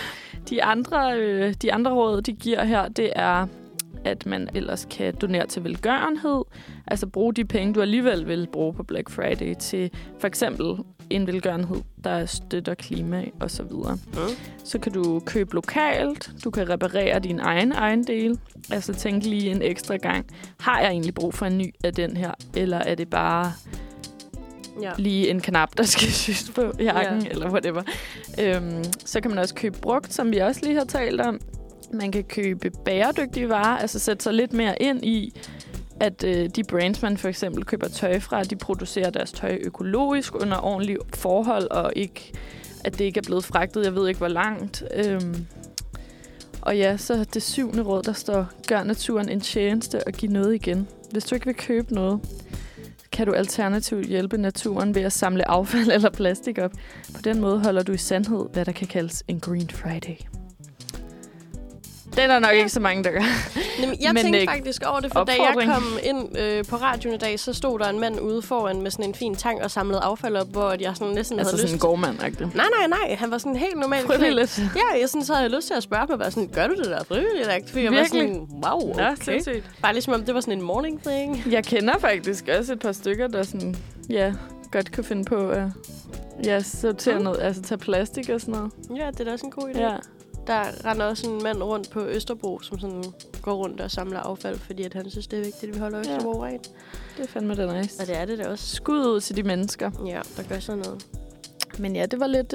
De andre råd, de giver her, det er, at man ellers kan donere til velgørenhed. Altså bruge de penge, du alligevel vil bruge på Black Friday til for eksempel en velgørenhed, der støtter klima og så videre. Så kan du købe lokalt. Du kan reparere din egen del. Altså tænk lige en ekstra gang. Har jeg egentlig brug for en ny af den her? Eller er det bare lige en knap, der skal sys på jakken, eller whatever. Så kan man også købe brugt, som vi også lige har talt om. Man kan købe bæredygtige varer, altså sætte sig lidt mere ind i, at de brands, man for eksempel køber tøj fra, de producerer deres tøj økologisk under ordentlige forhold, og ikke, at det ikke er blevet fragtet, jeg ved ikke hvor langt. Og ja, så det 7. råd, der står, gør naturen en tjeneste og giv noget igen. Hvis du ikke vil købe noget, kan du alternativt hjælpe naturen ved at samle affald eller plastik op. På den måde holder du i sandhed, hvad der kan kaldes en Green Friday. Det er der nok ikke så mange, der gør. Jeg tænkte faktisk over det, for da jeg kom ind på radioen i dag, så stod der en mand ude foran med sådan en fin tang og samlede affald op, hvor jeg sådan næsten havde lyst. Altså sådan en gårdmand-agtig? Nej. Han var sådan helt normalt. Frivilligt? Ja, så havde jeg lyst til at spørge mig, sådan, gør du det der frivilligt? For jeg var sådan, wow, okay. Ja, bare ligesom om det var sådan en morning thing. Jeg kender faktisk også et par stykker, der sådan, godt kunne finde på at sortere noget, altså tage plastik og sådan noget. Ja, det er da også en god idé. Ja. Der render også en mand rundt på Østerbro, som sådan går rundt og samler affald, fordi at han synes, det er vigtigt, at vi holder Østerbro rent. Det er fandme det nice. Og det er det da også. Skud ud til de mennesker. Ja, der gør sådan noget. Men ja, det var lidt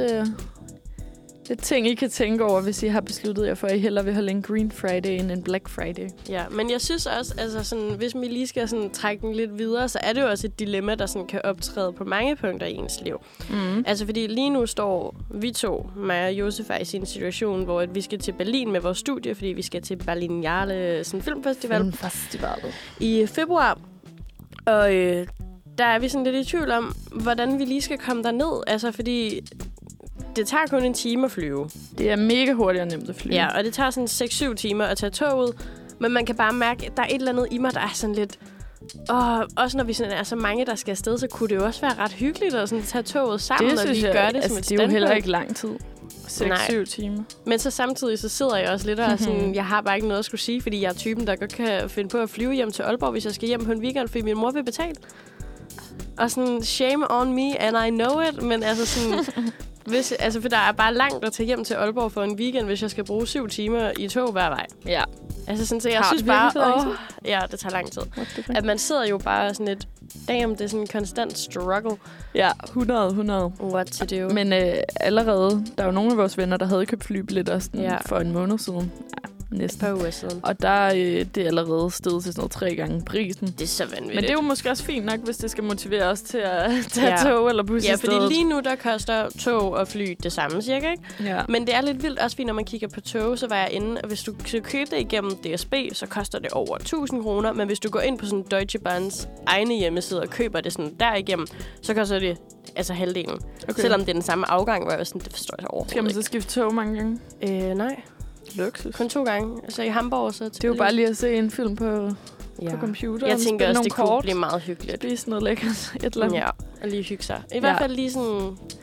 ting, I kan tænke over, hvis I har besluttet jer for, at I hellere vil holde en Green Friday end en Black Friday. Ja, men jeg synes også, altså sådan, hvis vi lige skal sådan trække den lidt videre, så er det jo også et dilemma, der sådan kan optræde på mange punkter i ens liv. Altså fordi lige nu står vi to, mig og Josef, i sin situation, hvor vi skal til Berlin med vores studie, fordi vi skal til Berlinale filmfestival i februar. Og der er vi sådan lidt i tvivl om, hvordan vi lige skal komme derned. Altså fordi det tager kun en time at flyve. Det er mega hurtigt og nemt at flyve. Ja, og det tager sådan 6-7 timer at tage toget. Men man kan bare mærke, at der er et eller andet i mig, der er sådan lidt... Og også når vi sådan er så mange, der skal afsted, så kunne det jo også være ret hyggeligt at sådan tage toget sammen, og lige gøre det som et standpunkt. Det er jo heller ikke lang tid. 6-7 timer. Men så samtidig så sidder jeg også lidt og sådan, jeg har bare ikke noget at skulle sige, fordi jeg er typen, der godt kan finde på at flyve hjem til Aalborg, hvis jeg skal hjem på en weekend, fordi min mor vil betale. Og sådan, shame on me, and I know it, men altså sådan... for der er bare langt at tage hjem til Aalborg for en weekend, hvis jeg skal bruge 7 timer i tog hver vej. Ja. Altså sådan, så jeg synes bare, ja, det tager lang tid. At man sidder jo bare sådan et, damn, det er sådan en konstant struggle. Ja, 100. What to do. Men allerede, der er jo nogle af vores venner, der havde købt flybilletter for en måned siden. Ja, næsten. Par uger siden. Og der det er allerede steget til sådan noget 3 gange prisen. Det er så vanvittigt. Men det er jo måske også fint nok, hvis det skal motivere os til at tage tog eller bus. Ja, fordi lige nu, der koster tog og fly det samme cirka, ikke? Ja. Men det er lidt vildt også, fordi når man kigger på tog, så var jeg inde, og hvis du skal købe det igennem DSB, så koster det over 1.000 kroner. Men hvis du går ind på sådan Deutsche Bahns egne hjemmeside og køber det sådan derigennem, så koster det altså halvdelen. Okay. Selvom det er den samme afgang, hvor jeg sådan, det forstår jeg overhovedet. Skal man så skifte tog mange gange? Nej. Luksus. Kun 2 gange. Altså i Hamburg, så... Det er jo bare lige at se en film på computer. Jeg tænker også, det kunne blive meget hyggeligt. Spise noget lækkert. Et eller andet. Ja, og lige hygge sig. I hvert fald lige sådan...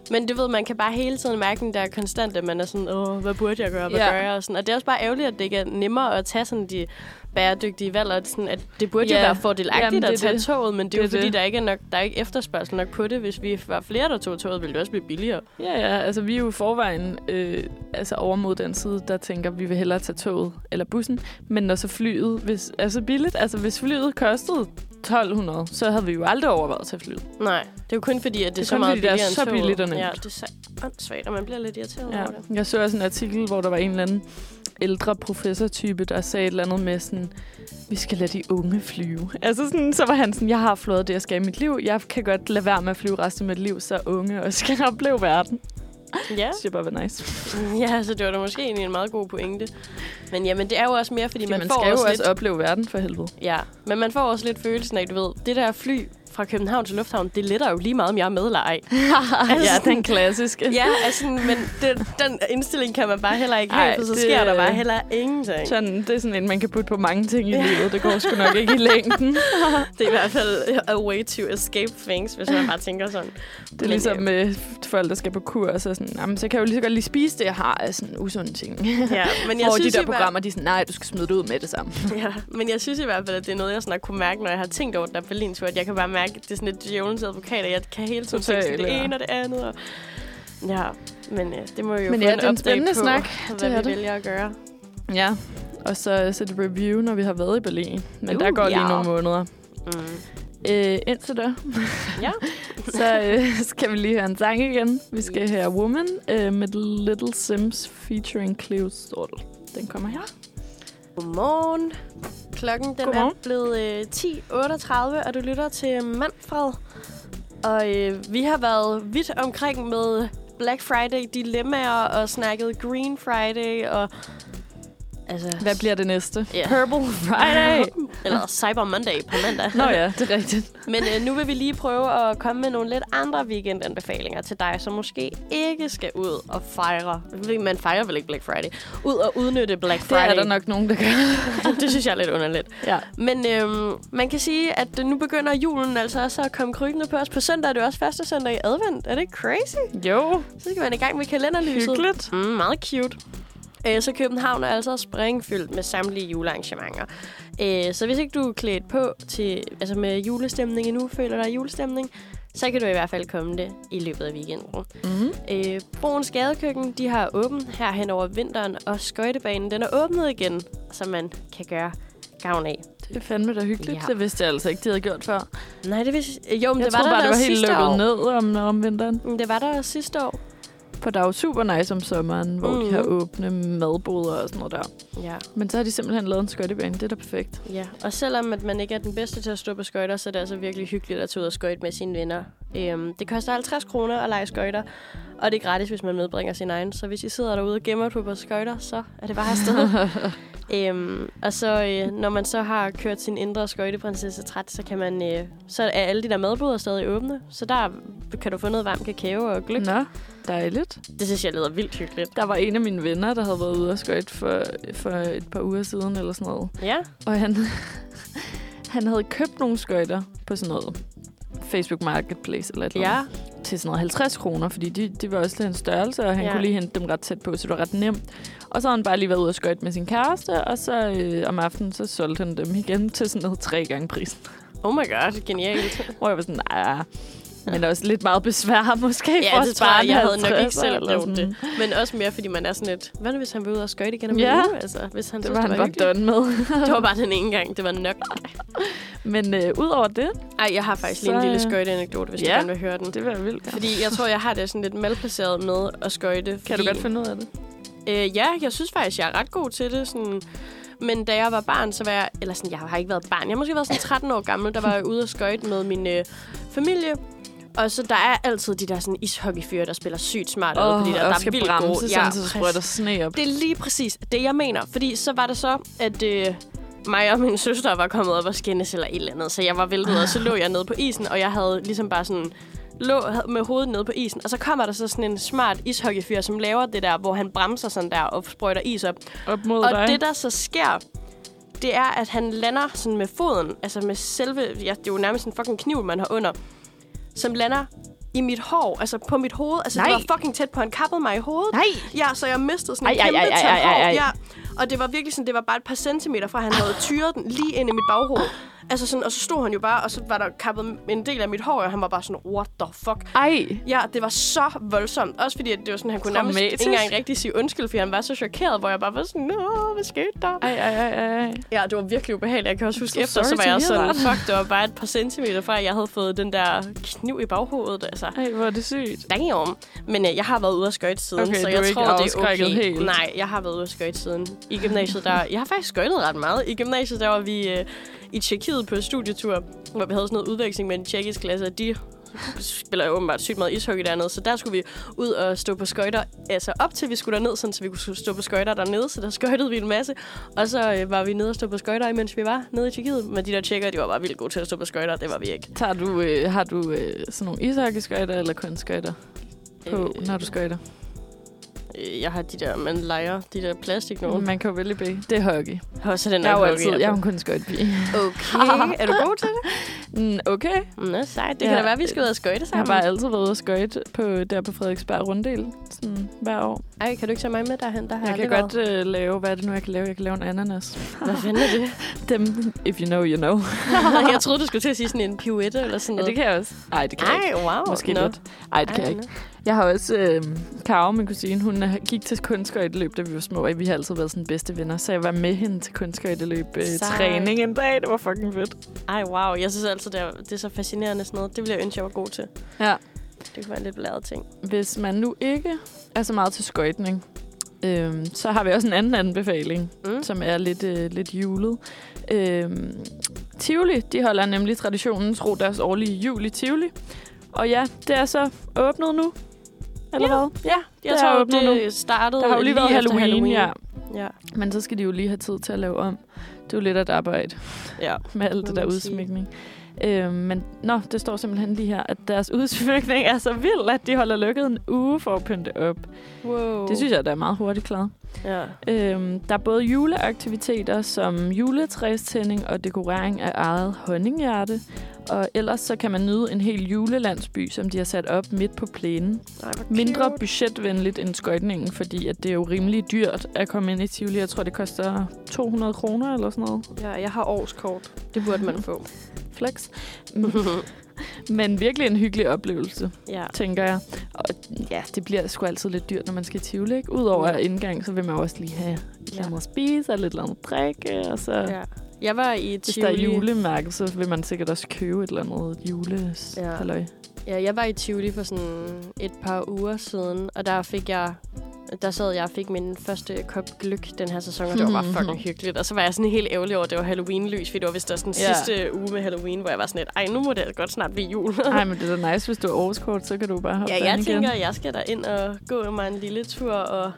Men du ved, man kan bare hele tiden mærke den der konstante, man er sådan, hvad burde jeg gøre, hvad gør jeg? Og, sådan. Og det er også bare ærgerligt, at det ikke er nemmere at tage sådan de bæredygtige valg, og sådan, at det burde jo være fordelagtigt at tage toget, men det er jo fordi, der ikke er ikke efterspørgsel nok på det. Hvis vi var flere, der tog toget, ville det også blive billigere. Ja, altså vi er jo i forvejen over mod den side, der tænker, vi vil hellere tage toget eller bussen, men når så flyet er så billigt, altså hvis flyet kostede 1.200, så havde vi jo aldrig overvejet at tage flyet. Nej, det er jo kun fordi, at det er så meget billigere end toget. Billigt og nemt. Ja, det er så åndssvagt, og man bliver lidt irriteret over det. Jeg så også en artikel, hvor der var en eller anden ældre professortype, der sagde et eller andet med sådan, vi skal lade de unge flyve. Altså sådan, så var han sådan, jeg har flået det, jeg skal i mit liv. Jeg kan godt lade være med at flyve resten af mit liv, så unge og skal opleve verden. Ja. Det bare var nice. Ja, så det var da måske egentlig en meget god pointe. Men jamen, det er jo også mere, fordi man får skal også jo lidt... også opleve verden for helvede. Ja, men man får også lidt følelsen af, du ved, det der fly fra København til Lufthavn, det letter jo lige meget, om jeg er med eller ej. Ja, den klassiske. Ja, altså, men den indstilling kan man bare heller ikke have, for så sker der bare heller ingenting. Sådan, det er sådan en, man kan putte på mange ting i livet. Det går sgu nok ikke i længden. Det er i hvert fald a way to escape things, hvis man bare tænker sådan. Det er ligesom med folk, der skal på kur, så sådan, jamen, så kan jeg jo lige så godt lige spise det, jeg har af sådan usunde ting. Ja, men jeg synes synes de der programmer, de er sådan, nej, du skal smide det ud med det samme. Ja, men jeg synes i hvert fald, at det er noget, jeg sådan kunne mærke, når jeg har tænkt over den der Berlin-tur, at jeg kan bare mærke, at det er sådan et djævelens advokat, og jeg kan hele tiden tænke det ene og det andet. Og... Ja, men det må jo få en update på, snak. hvad vi vælger at gøre. Ja, og så et review, når vi har været i Berlin. Men der går lige nogle måneder. Indtil da, så skal vi lige høre en sang igen. Vi skal høre Woman med Little Sims featuring Cleo Stortel. Den kommer her. Godmorgen. Klokken den er blevet 10.38, og du lytter til Manfred. Og vi har været vidt omkring med Black Friday-dilemmaer og snakket Green Friday og... Altså, hvad bliver det næste? Purple Friday? Eller Cyber Monday på mandag. Nå ja, det er rigtigt. Men nu vil vi lige prøve at komme med nogle lidt andre weekendanbefalinger til dig, som måske ikke skal ud og fejre. Man fejrer vel ikke Black Friday. Ud og udnytte Black Friday. Det er der nok nogen, der gør. Det synes jeg er lidt underligt. Ja. Men man kan sige, at nu begynder julen altså også at komme krybende på os. På søndag er det også første søndag i advent. Er det ikke crazy? Jo. Så skal man i gang med kalenderlyset. Hyggeligt. Meget cute. Så København er altså sprængfyldt med samtlige julearrangementer. Så hvis ikke du er klædt på til, altså med julestemning endnu, føler dig julestemning, så kan du i hvert fald komme det i løbet af weekenden. Mm-hmm. Broens Gadekøkken, de har åbent her hen over vinteren, og skøjtebanen, den er åbnet igen, så man kan gøre gavn af. Det er fandme da hyggeligt. Ja. Det vidste jeg altså ikke, de havde gjort før. Nej, det vidste jo, men jeg det var der bare, det var helt lukket ned om vinteren. Det var der sidste år. For der er jo super nice om sommeren, hvor de har åbne madboder og sådan noget der. Ja. Men så har de simpelthen lavet en skøjtebane. Det er da perfekt. Ja, og selvom at man ikke er den bedste til at stå på skøjter, så er det altså virkelig hyggeligt at tage ud og skøjte med sine venner. Det koster 50 kroner at lege skøjter, og det er gratis, hvis man medbringer sin egen. Så hvis I sidder derude og gemmer på skøjter, så er det bare afsted. Og så når man så har kørt sin indre skøjteprinsesse træt, så kan man så er alle de der madboder stadig åbne. Så der kan du få noget varm kakao og gløgg. Nå, dejligt. Det synes jeg lyder vildt hyggeligt. Der var en af mine venner, der havde været ude og skøjte for et par uger siden eller sådan noget. Ja. Og han havde købt nogle skøjter på sådan noget Facebook Marketplace eller et eller andet. Til sådan noget 50 kroner, fordi de var også lidt en størrelse, og han kunne lige hente dem ret tæt på, så det var ret nemt. Og så har han bare lige været ude og skøjte med sin kæreste, og så om aftenen, så solgte han dem igen til sådan noget 3 gange prisen. Oh my god, genialt. Hvor jeg var sådan, men også lidt meget besvær måske for at det spare. tror jeg havde nok ikke selv gjort det. Men også mere, fordi man er sådan lidt, hvad nu hvis han vil ud og skøjte igen om en uge? Altså, hvis han det var han bare done med. Det var bare den ene gang, det var nok. Men udover det... Ej, jeg har faktisk lige en lille skøjteanekdote, hvis du gerne vil høre den. Det vil jeg vildt gerne. Fordi jeg tror, jeg har det sådan lidt malplaceret med at skøjte. Kan du godt finde ud af det? Ja, jeg synes faktisk, jeg er ret god til det. Sådan. Men da jeg var barn, så var jeg... Eller sådan, jeg har ikke været barn. Jeg har måske været sådan 13 år gammel. Der var jeg ude og skøjte med min familie. Og så der er altid de der sådan ishockeyfyre, der spiller sygt smart ud på de der er vildt gode. Ja, så sprøjter sne op. Det er lige præcis det, jeg mener. Fordi så var det så, at mig og min søster var kommet op og skændes eller et eller andet. Så jeg var væltet, og så lå jeg nede på isen, og jeg havde ligesom bare sådan... lå med hovedet nede på isen, og så kommer der så sådan en smart ishockeyfyr, som laver det der, hvor han bremser sådan der og sprøjter is op. Mod og dig. Det, der så sker, det er, at han lander sådan med foden, altså med selve... Ja, det er jo nærmest en fucking kniv, man har under, som lander i mit hår, altså på mit hoved. Altså, det var fucking tæt på, han kappede mig i hovedet. Nej! Ja, så jeg mistede sådan en kæmpe tæt hår. Ja, og det var virkelig sådan, det var bare et par centimeter fra, han havde tyret den lige ind i mit baghoved. Altså sådan, og så stod han jo bare, og så var der kappet en del af mit hår, og han var bare sådan, what the fuck? Ja, det var så voldsomt. Også fordi, at det var sådan, han kunne nærmest ikke engang rigtig sige undskyld, fordi han var så chokeret, hvor jeg bare var sådan, hvad skete der? Ja, det var virkelig ubehageligt. Jeg kan også huske efter, så var jeg sådan, fuck, det var bare et par centimeter fra, at jeg havde fået den der kniv i baghovedet. Altså. Hvor er det sygt. Damn. Men jeg har været ude at skøjte siden, okay, så jeg tror, det er okay. Helt. Nej, jeg har været ude at skøjte siden. I gymnasiet, jeg har faktisk skøjtet ret meget. I gymnasiet, der var vi i Tjekkiet på studietur, hvor vi havde sådan noget udveksling med en tjekkisk klasse, og de spiller jo åbenbart sygt meget ishockey dernede, så der skulle vi ud og stå på skøjter, altså op til vi skulle derned, sådan, så vi kunne stå på skøjter dernede, så der skøjtede vi en masse, og så var vi nede og stå på skøjter, mens vi var nede i Tjekkiet, men de der tjekker, de var bare vildt gode til at stå på skøjter, det var vi ikke. Har du sådan nogle ishockey-skøjter eller kun skøjter på, når du skøjter? Jeg har de der, man leger, de der plastik nogen. Man kan jo vælge begge. Det er hockey. Så den hockey. Jeg har kun skøjtepige. Okay. Er du god til det? Okay. Nå, sejt. Det kan da være, vi skal ud og skøjte sammen. Jeg har bare altid været ude og skøjte der på Frederiksberg Runddel. Sådan hver år. Ej, kan du ikke tage mig med derhen? Jeg kan godt lave, hvad er det nu, jeg kan lave? Jeg kan lave en ananas. Hvad fanden er det? Dem, if you know, you know. Jeg troede, du skulle til at sige sådan en pirouette eller sådan noget. Ja, det kan jeg også. Ej, det kan jeg ikke. Wow. Måske lidt. Ej, det kan jeg ikke. Jeg har også Karo, min kusine, hun gik til kunstskøjteløb, da vi var små, og vi har altid været sådan bedste venner, så jeg var med hende til kunstskøjteløb træning en dag. Det var fucking fedt. Ej, wow. Jeg synes altid, det er så fascinerende sådan noget. Det ville jeg ønske, jeg var god til. Ja. Det kunne være en lidt blæret ting. Hvis man nu ikke er så meget til skøjtning, så har vi også en anden anbefaling, som er lidt julet. Tivoli, de holder nemlig traditionen tro deres årlige jul i Tivoli. Og ja, det er så åbnet nu. Eller hvad? Ja, jeg tror, det startede der har jo lige været Halloween. Ja. Men så skal de jo lige have tid til at lave om. Det er jo lidt at arbejde med alt det der udsmykning. Men det står simpelthen lige her, at deres udsmykning er så vild, at de holder lukket en uge for at pynte op. Wow. Det synes jeg, der er meget hurtigt klaret. Ja. Der er både juleaktiviteter som juletræstænding og dekorering af eget honninghjerte. Og ellers så kan man nyde en hel julelandsby, som de har sat op midt på plænen. Mindre budgetvenligt end skøjtningen, fordi at det er jo rimelig dyrt at komme ind i Tivoli. Jeg tror, det koster 200 kroner eller sådan noget. Ja, jeg har årskort. Det burde man få. Flex. Men virkelig en hyggelig oplevelse, tænker jeg. Og ja, det bliver sgu altid lidt dyrt, når man skal i Tivoli, ikke? Udover indgang, så vil man også lige have lidt andet at spise og lidt andet drikke, og så... Ja. Jeg var i Tivoli. Hvis der er julemærke, så vil man sikkert også købe et eller andet julehalløj. Ja, jeg var i Tivoli for sådan et par uger siden, og der sad jeg og fik min første kop gløgg den her sæson, og det var bare fucking hyggeligt. Og så var jeg sådan helt ærgerlig over, at det var Halloween-lys, fordi det var vist sådan sidste uge med Halloween, hvor jeg var sådan lidt, nu må det godt snart blive jul. Nej, men det er da nice, hvis du har årskort, så kan du bare hoppe jeg tænker, jeg skal der ind og gå mig en lille tur og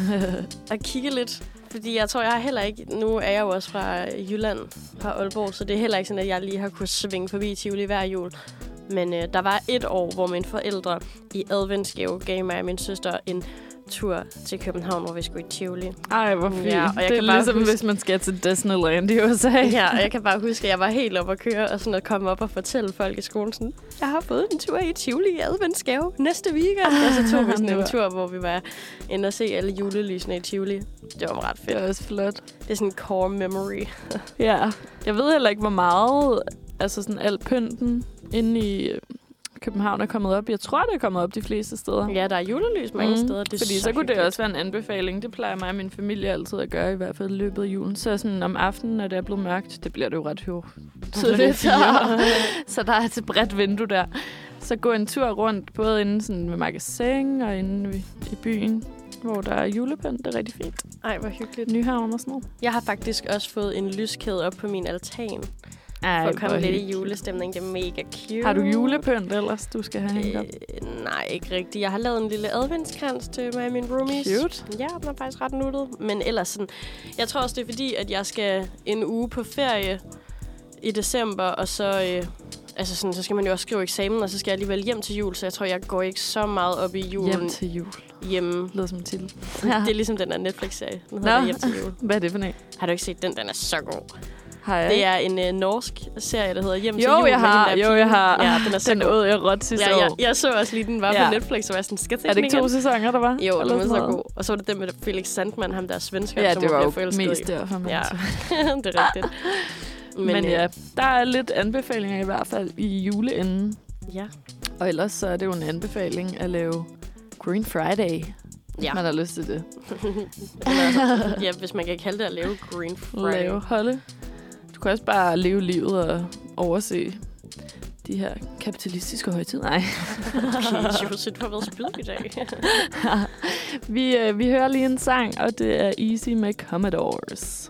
kigge lidt. Fordi jeg tror, jeg har heller ikke... Nu er jeg jo også fra Jylland, fra Aalborg, så det er heller ikke sådan, at jeg lige har kunnet svinge forbi Tivoli hver jul. Men der var et år, hvor mine forældre i adventsgave gav mig og min søster en tur til København, hvor vi skulle i Tivoli. Ej, hvor fint. Ja, og det er ligesom, hvis man skal til Disneyland i USA. Ja, og jeg kan bare huske, at jeg var helt oppe at køre og sådan at komme op og fortælle folk i skolen sådan, jeg har fået en tur i Tivoli i adventsgave næste weekend. Og så tog vi sådan en tur, hvor vi var inde og se alle julelysene i Tivoli. Det var ret fedt. Det var også flot. Det er sådan en core memory. Ja, jeg ved heller ikke, hvor meget altså sådan alt pynten inde i København er kommet op. Jeg tror, det er kommet op de fleste steder. Ja, der er julelys mange steder. Det fordi så kunne det også være en anbefaling. Det plejer mig og min familie altid at gøre, i hvert fald i løbet af julen. Så sådan om aftenen, når det er blevet mørkt, det bliver det jo ret tidligt. Så der er et bredt vindue der. Så gå en tur rundt, både inde sådan ved magasin og inde i byen, hvor der er julepynt. Det er rigtig fint. Ej, hvor hyggeligt. Nyhavn og sådan noget. Jeg har faktisk også fået en lyskæde op på min altan. For at komme lidt i julestemning. Det er mega cute. Har du julepynt ellers, du skal have hængt op? Nej, ikke rigtigt. Jeg har lavet en lille adventskrans til mig og mine roomies. Cute. Ja, den er faktisk ret nuttet. Men ellers sådan... Jeg tror også, det er fordi, at jeg skal en uge på ferie i december, og så... Altså sådan, så skal man jo også skrive eksamen, og så skal jeg alligevel hjem til jul, så jeg tror, jeg går ikke så meget op i julen. Hjem til jul. Hjemme. Lyder som titel. Det er ligesom den der Netflix-serie. Den hedder Hjem til jul. Hvad er det for en? Har du ikke set den? Den er så god. Har jeg Det ikke? er en norsk serie, der hedder Hjem til Jo, jul. jeg har. med hende der Jo, jeg pigen. har. Ja, den er så Den god. åd jeg råt sidste Ja, år. jeg så også lige, den var Ja. på Netflix, og var sådan, skal jeg se Er det den ikke igen? 2 sæsoner, der var? Jo, Eller den var sådan så noget? god. Og så var det den med Felix Sandman, ham der er svensker, Ja, som det hun var bliver jo forelsket mest i. derfor, man Ja, så. det er rigtigt. Men ja, der er lidt anbefalinger i hvert fald i juleenden. Ja. Og ellers så er det jo en anbefaling at lave Green Friday, hvis Ja. man har lyst til det. Ja, hvis man kan kalde det at lave Green Friday. Lave holde. Du kan også bare leve livet og overse de her kapitalistiske højtider. Nej. Okay, Josef, du har været spydig i dag. Vi hører lige en sang, og det er Easy med Commodores.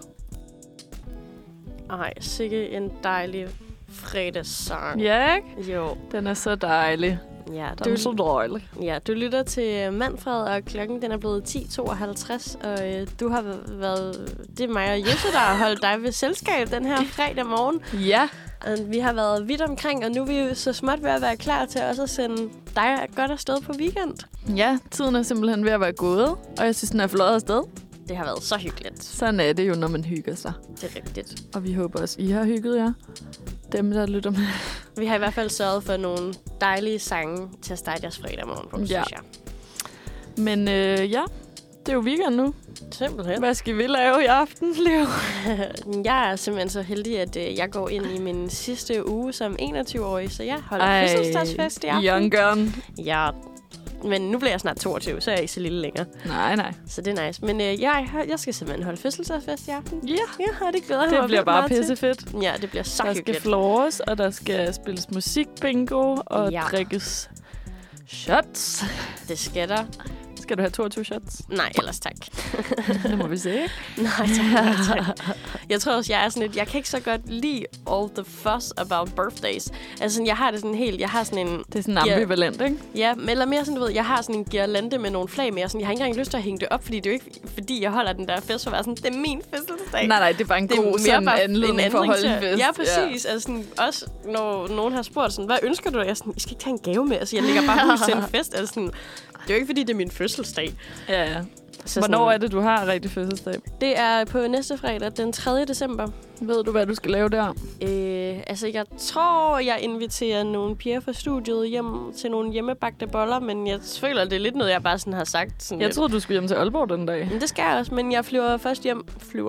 Ej, sikke en dejlig fredagssang. Ja, ikke? Jo. Den er så dejlig. Ja, Den er så dejlig. Ja, du lytter til Manfred, og klokken den er blevet 10:52, og du har været... Det er mig og Jesse, der har holdt dig ved selskab den her fredag morgen. Ja. Og vi har været vidt omkring, og nu er vi jo så småt ved at være klar til også at sende dig godt afsted på weekend. Ja, tiden er simpelthen ved at være gået, og jeg synes, den er fløjet afsted. Det har været så hyggeligt. Sådan er det jo, når man hygger sig. Det er rigtigt. Og vi håber også, I har hygget jer. Dem, der lytter med. Vi har i hvert fald sørget for nogle dejlige sange til at starte jeres fredag morgen på, synes jeg. Men ja, det er jo weekend nu. Simpelthen. Hvad skal vi lave i aften, Leo? Jeg er simpelthen så heldig, at jeg går ind i min sidste uge som 21-årig, så jeg holder fødselsdagsfest i aften. Young gun. Ja, men nu bliver jeg snart 22, så er jeg ikke så lille længere. Nej. Så det er nice. Men jeg skal simpelthen holde fødselsdagsfest i aften. Ja. Ja, det glæder jeg mig Det bliver bare meget til. pissefedt. Ja, det bliver så Der hyggeligt. skal flores, og der skal spilles musikbingo, og drikkes shots. Det skal der. Skal du have 22 shots? Nej, ellers tak. Det må vi se, ikke? Nej, tak. Jeg tror også, jeg er sådan lidt... Jeg kan ikke så godt lide all the fuss about birthdays. Altså, sådan, jeg har det sådan helt... Jeg har sådan en... Det er sådan ambivalent, ikke? Ja, eller mere sådan, du ved, jeg har sådan en girlande med nogle flag med, og sådan, jeg har ikke engang lyst til at hænge det op, fordi det er jo ikke, fordi jeg holder den der fest for at være sådan, det er min fødselsdag. Nej, det er bare en god sådan anledning for at holde en fest. Ja, præcis. Ja. Altså, sådan, også når nogen har spurgt, sådan, hvad ønsker du? Jeg er sådan, I skal ikke tage en gave med. Altså, jeg lægger bare hus til en fest. Altså, sådan, det er jo ikke, fordi det er min fødselsdag. Ja. Så hvornår sådan, er det, du har rigtig fødselsdag? Det er på næste fredag, den 3. december. Ved du, hvad du skal lave der? Altså, jeg tror, jeg inviterer nogle piger fra studiet hjem til nogle hjemmebagte boller, men jeg føler, det er lidt noget, jeg bare sådan har sagt. Sådan jeg lidt. troede, du skulle hjem til Aalborg den dag. Men det skal jeg også, men jeg flyver først hjem.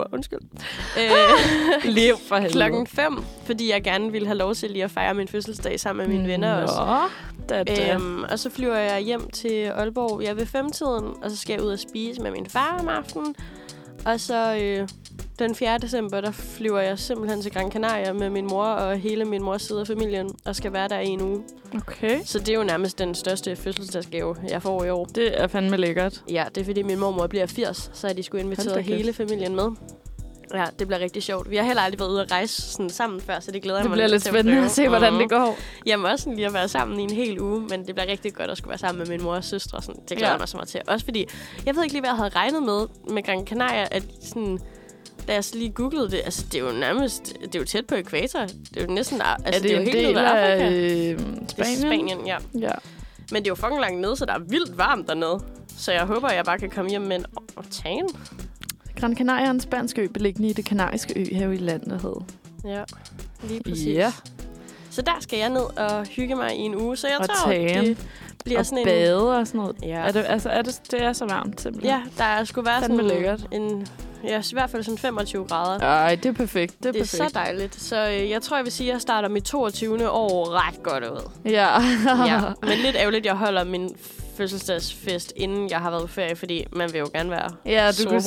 Lev for helvede. Klokken 5, fordi jeg gerne ville have lov til lige at fejre min fødselsdag sammen med mine venner også. Og så flyver jeg hjem til Aalborg ved 5-tiden, og så skal jeg ud og spise med min far om aftenen. Og så den 4. december, der flyver jeg simpelthen til Gran Canaria med min mor og hele min mors side af familien, og skal være der i en uge. Okay. Så det er jo nærmest den største fødselsdagsgave, jeg får i år. Det er fandme lækkert. Ja, det er fordi min mormor bliver 80, så er de skulle invitere hele familien med. Ja, det bliver rigtig sjovt. Vi har heller aldrig været ude at rejse sådan sammen før, så det glæder jeg mig lidt til spændende at se, hvordan det går. Jamen også sådan lige at være sammen i en hel uge, men det bliver rigtig godt at skulle være sammen med min mor og søstre. Sådan. Det glæder jeg mig så meget til. Også fordi, jeg ved ikke lige, hvad jeg havde regnet med Gran Canaria, at sådan, da jeg så lige googlede det, altså det er jo nærmest, det er jo tæt på ækvator. Det er jo næsten, altså det er jo en helt del ud af Afrika. Spanien? Det er Spanien, ja. Men det er jo fucking langt nede, så der er vildt varmt dernede. Så jeg håber, at jeg bare kan komme hjem med en octane. Gran Canaria er en spansk ø, beliggende i det kanariske øhav i landet. Ja, lige præcis. Ja. Så der skal jeg ned og hygge mig i en uge, så jeg og tror, det bliver og sådan en... bade og sådan noget. Ja. Det er så varmt, simpelthen. Ja, der skulle være fandme sådan lækkert. i hvert fald sådan 25 grader. Ej, det er perfekt. Det er så dejligt. Så jeg tror, jeg vil sige, at jeg starter mit 22. år ret godt ud. Ja. Ja. Men lidt ærgerligt, jeg holder min fødselsdagsfest, inden jeg har været på ferie, fordi man vil jo gerne være du kunne se.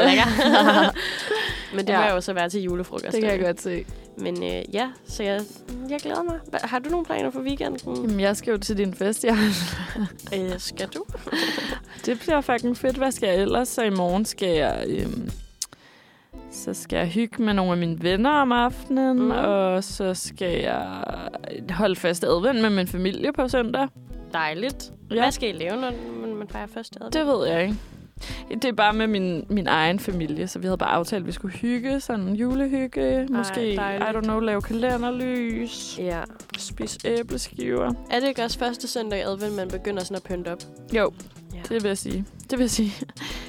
Men det må jo så være til julefrokost. Det kan jeg godt se. Men så jeg glæder mig. Har du nogle planer for weekenden? Jamen, jeg skal jo til din fest, ja. Skal du? Det bliver fucking fedt. Hvad skal jeg ellers? Så i morgen skal jeg... Så skal jeg hygge med nogle af mine venner om aftenen, og så skal jeg holde fast advent med min familie på søndag. Dejligt. Ja. Hvad skal I lave, når man fejrer første advent? Det ved jeg ikke. Det er bare med min egen familie, så vi havde bare aftalt, at vi skulle hygge, sådan en julehygge. Måske, dejligt. I don't know, lave kalenderlys. Ja. Spise æbleskiver. Er det ikke også første søndag i advent, man begynder sådan at pynte op? Jo, det vil jeg sige.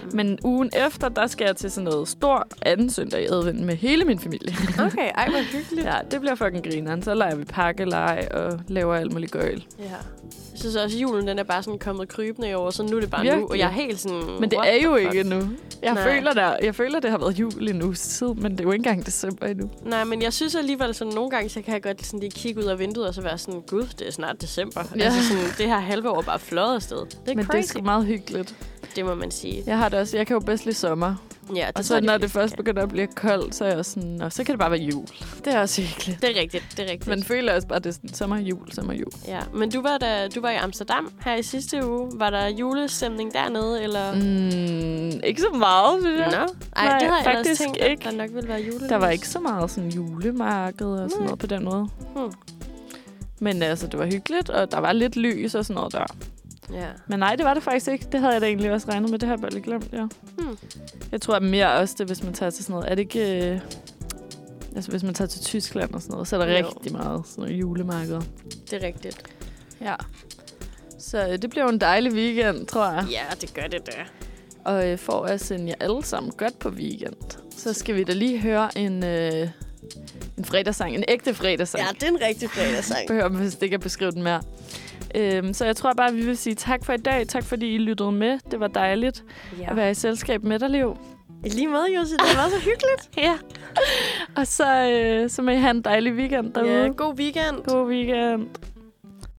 Men ugen efter, der skal jeg til sådan noget stor anden søndag i advent med hele min familie. Okay, ej, hvor hyggeligt. Ja, det bliver fucking grineren. Så leger vi pakkelej og laver alt muligt gøjl. Ja. Jeg synes også, at julen den er bare sådan kommet krybende i år, så nu er det bare Virkelig. nu. Og jeg er helt sådan... Men det er jo ikke nu. Jeg føler, det har været jul i en uges tid, men det er jo ikke engang december endnu. Nej, men jeg synes alligevel, sådan nogle gange, så kan jeg godt sådan lige kigge ud af vinduet og så være sådan, gud, det er snart december. Ja. Altså sådan, det her halve år bare fløjet afsted. Det er men crazy. det er sgu meget hyggeligt. Det må man sige. Jeg har det også. Jeg kan jo bedst lide sommer. Ja, det og så når det først begynder at blive koldt, så er jeg også sådan, og så kan det bare være jul. Det er også hyggeligt. Det er rigtigt. Man føler også bare, at det er sådan, sommer, jul. Ja, men du var i Amsterdam her i sidste uge. Var der julestemning dernede, eller? Ikke så meget, synes jeg. Nå? Nej, det har jeg faktisk ellers tænkt, ikke. at der nok ville være julelys. Der var ikke så meget sådan julemarked og sådan noget på den måde. Men altså, det var hyggeligt, og der var lidt lys og sådan noget der. Ja. Men nej, det var det faktisk ikke. Det havde jeg da egentlig også regnet med. Det har jeg bare lige glemt, ja. Jeg tror at mere også det, hvis man tager til sådan noget. Er det ikke... altså, hvis man tager til Tyskland og sådan noget, så er der rigtig meget sådan noget julemarked. Det er rigtigt. Ja. Så det bliver en dejlig weekend, tror jeg. Ja, det gør det da. Og for at sende jer alle sammen godt på weekend, så skal vi da lige høre en fredagssang. En ægte fredagssang. Ja, det er en rigtig fredagssang. Behøver man vist ikke at beskrive den mere. Så jeg tror bare, at vi vil sige tak for i dag. Tak fordi I lyttede med. Det var dejligt at være i selskab med dig, Liv. I lige måde, Jussi. Det var så hyggeligt. Ja. Og så må I have en dejlig weekend derude. Ja, god weekend. God weekend.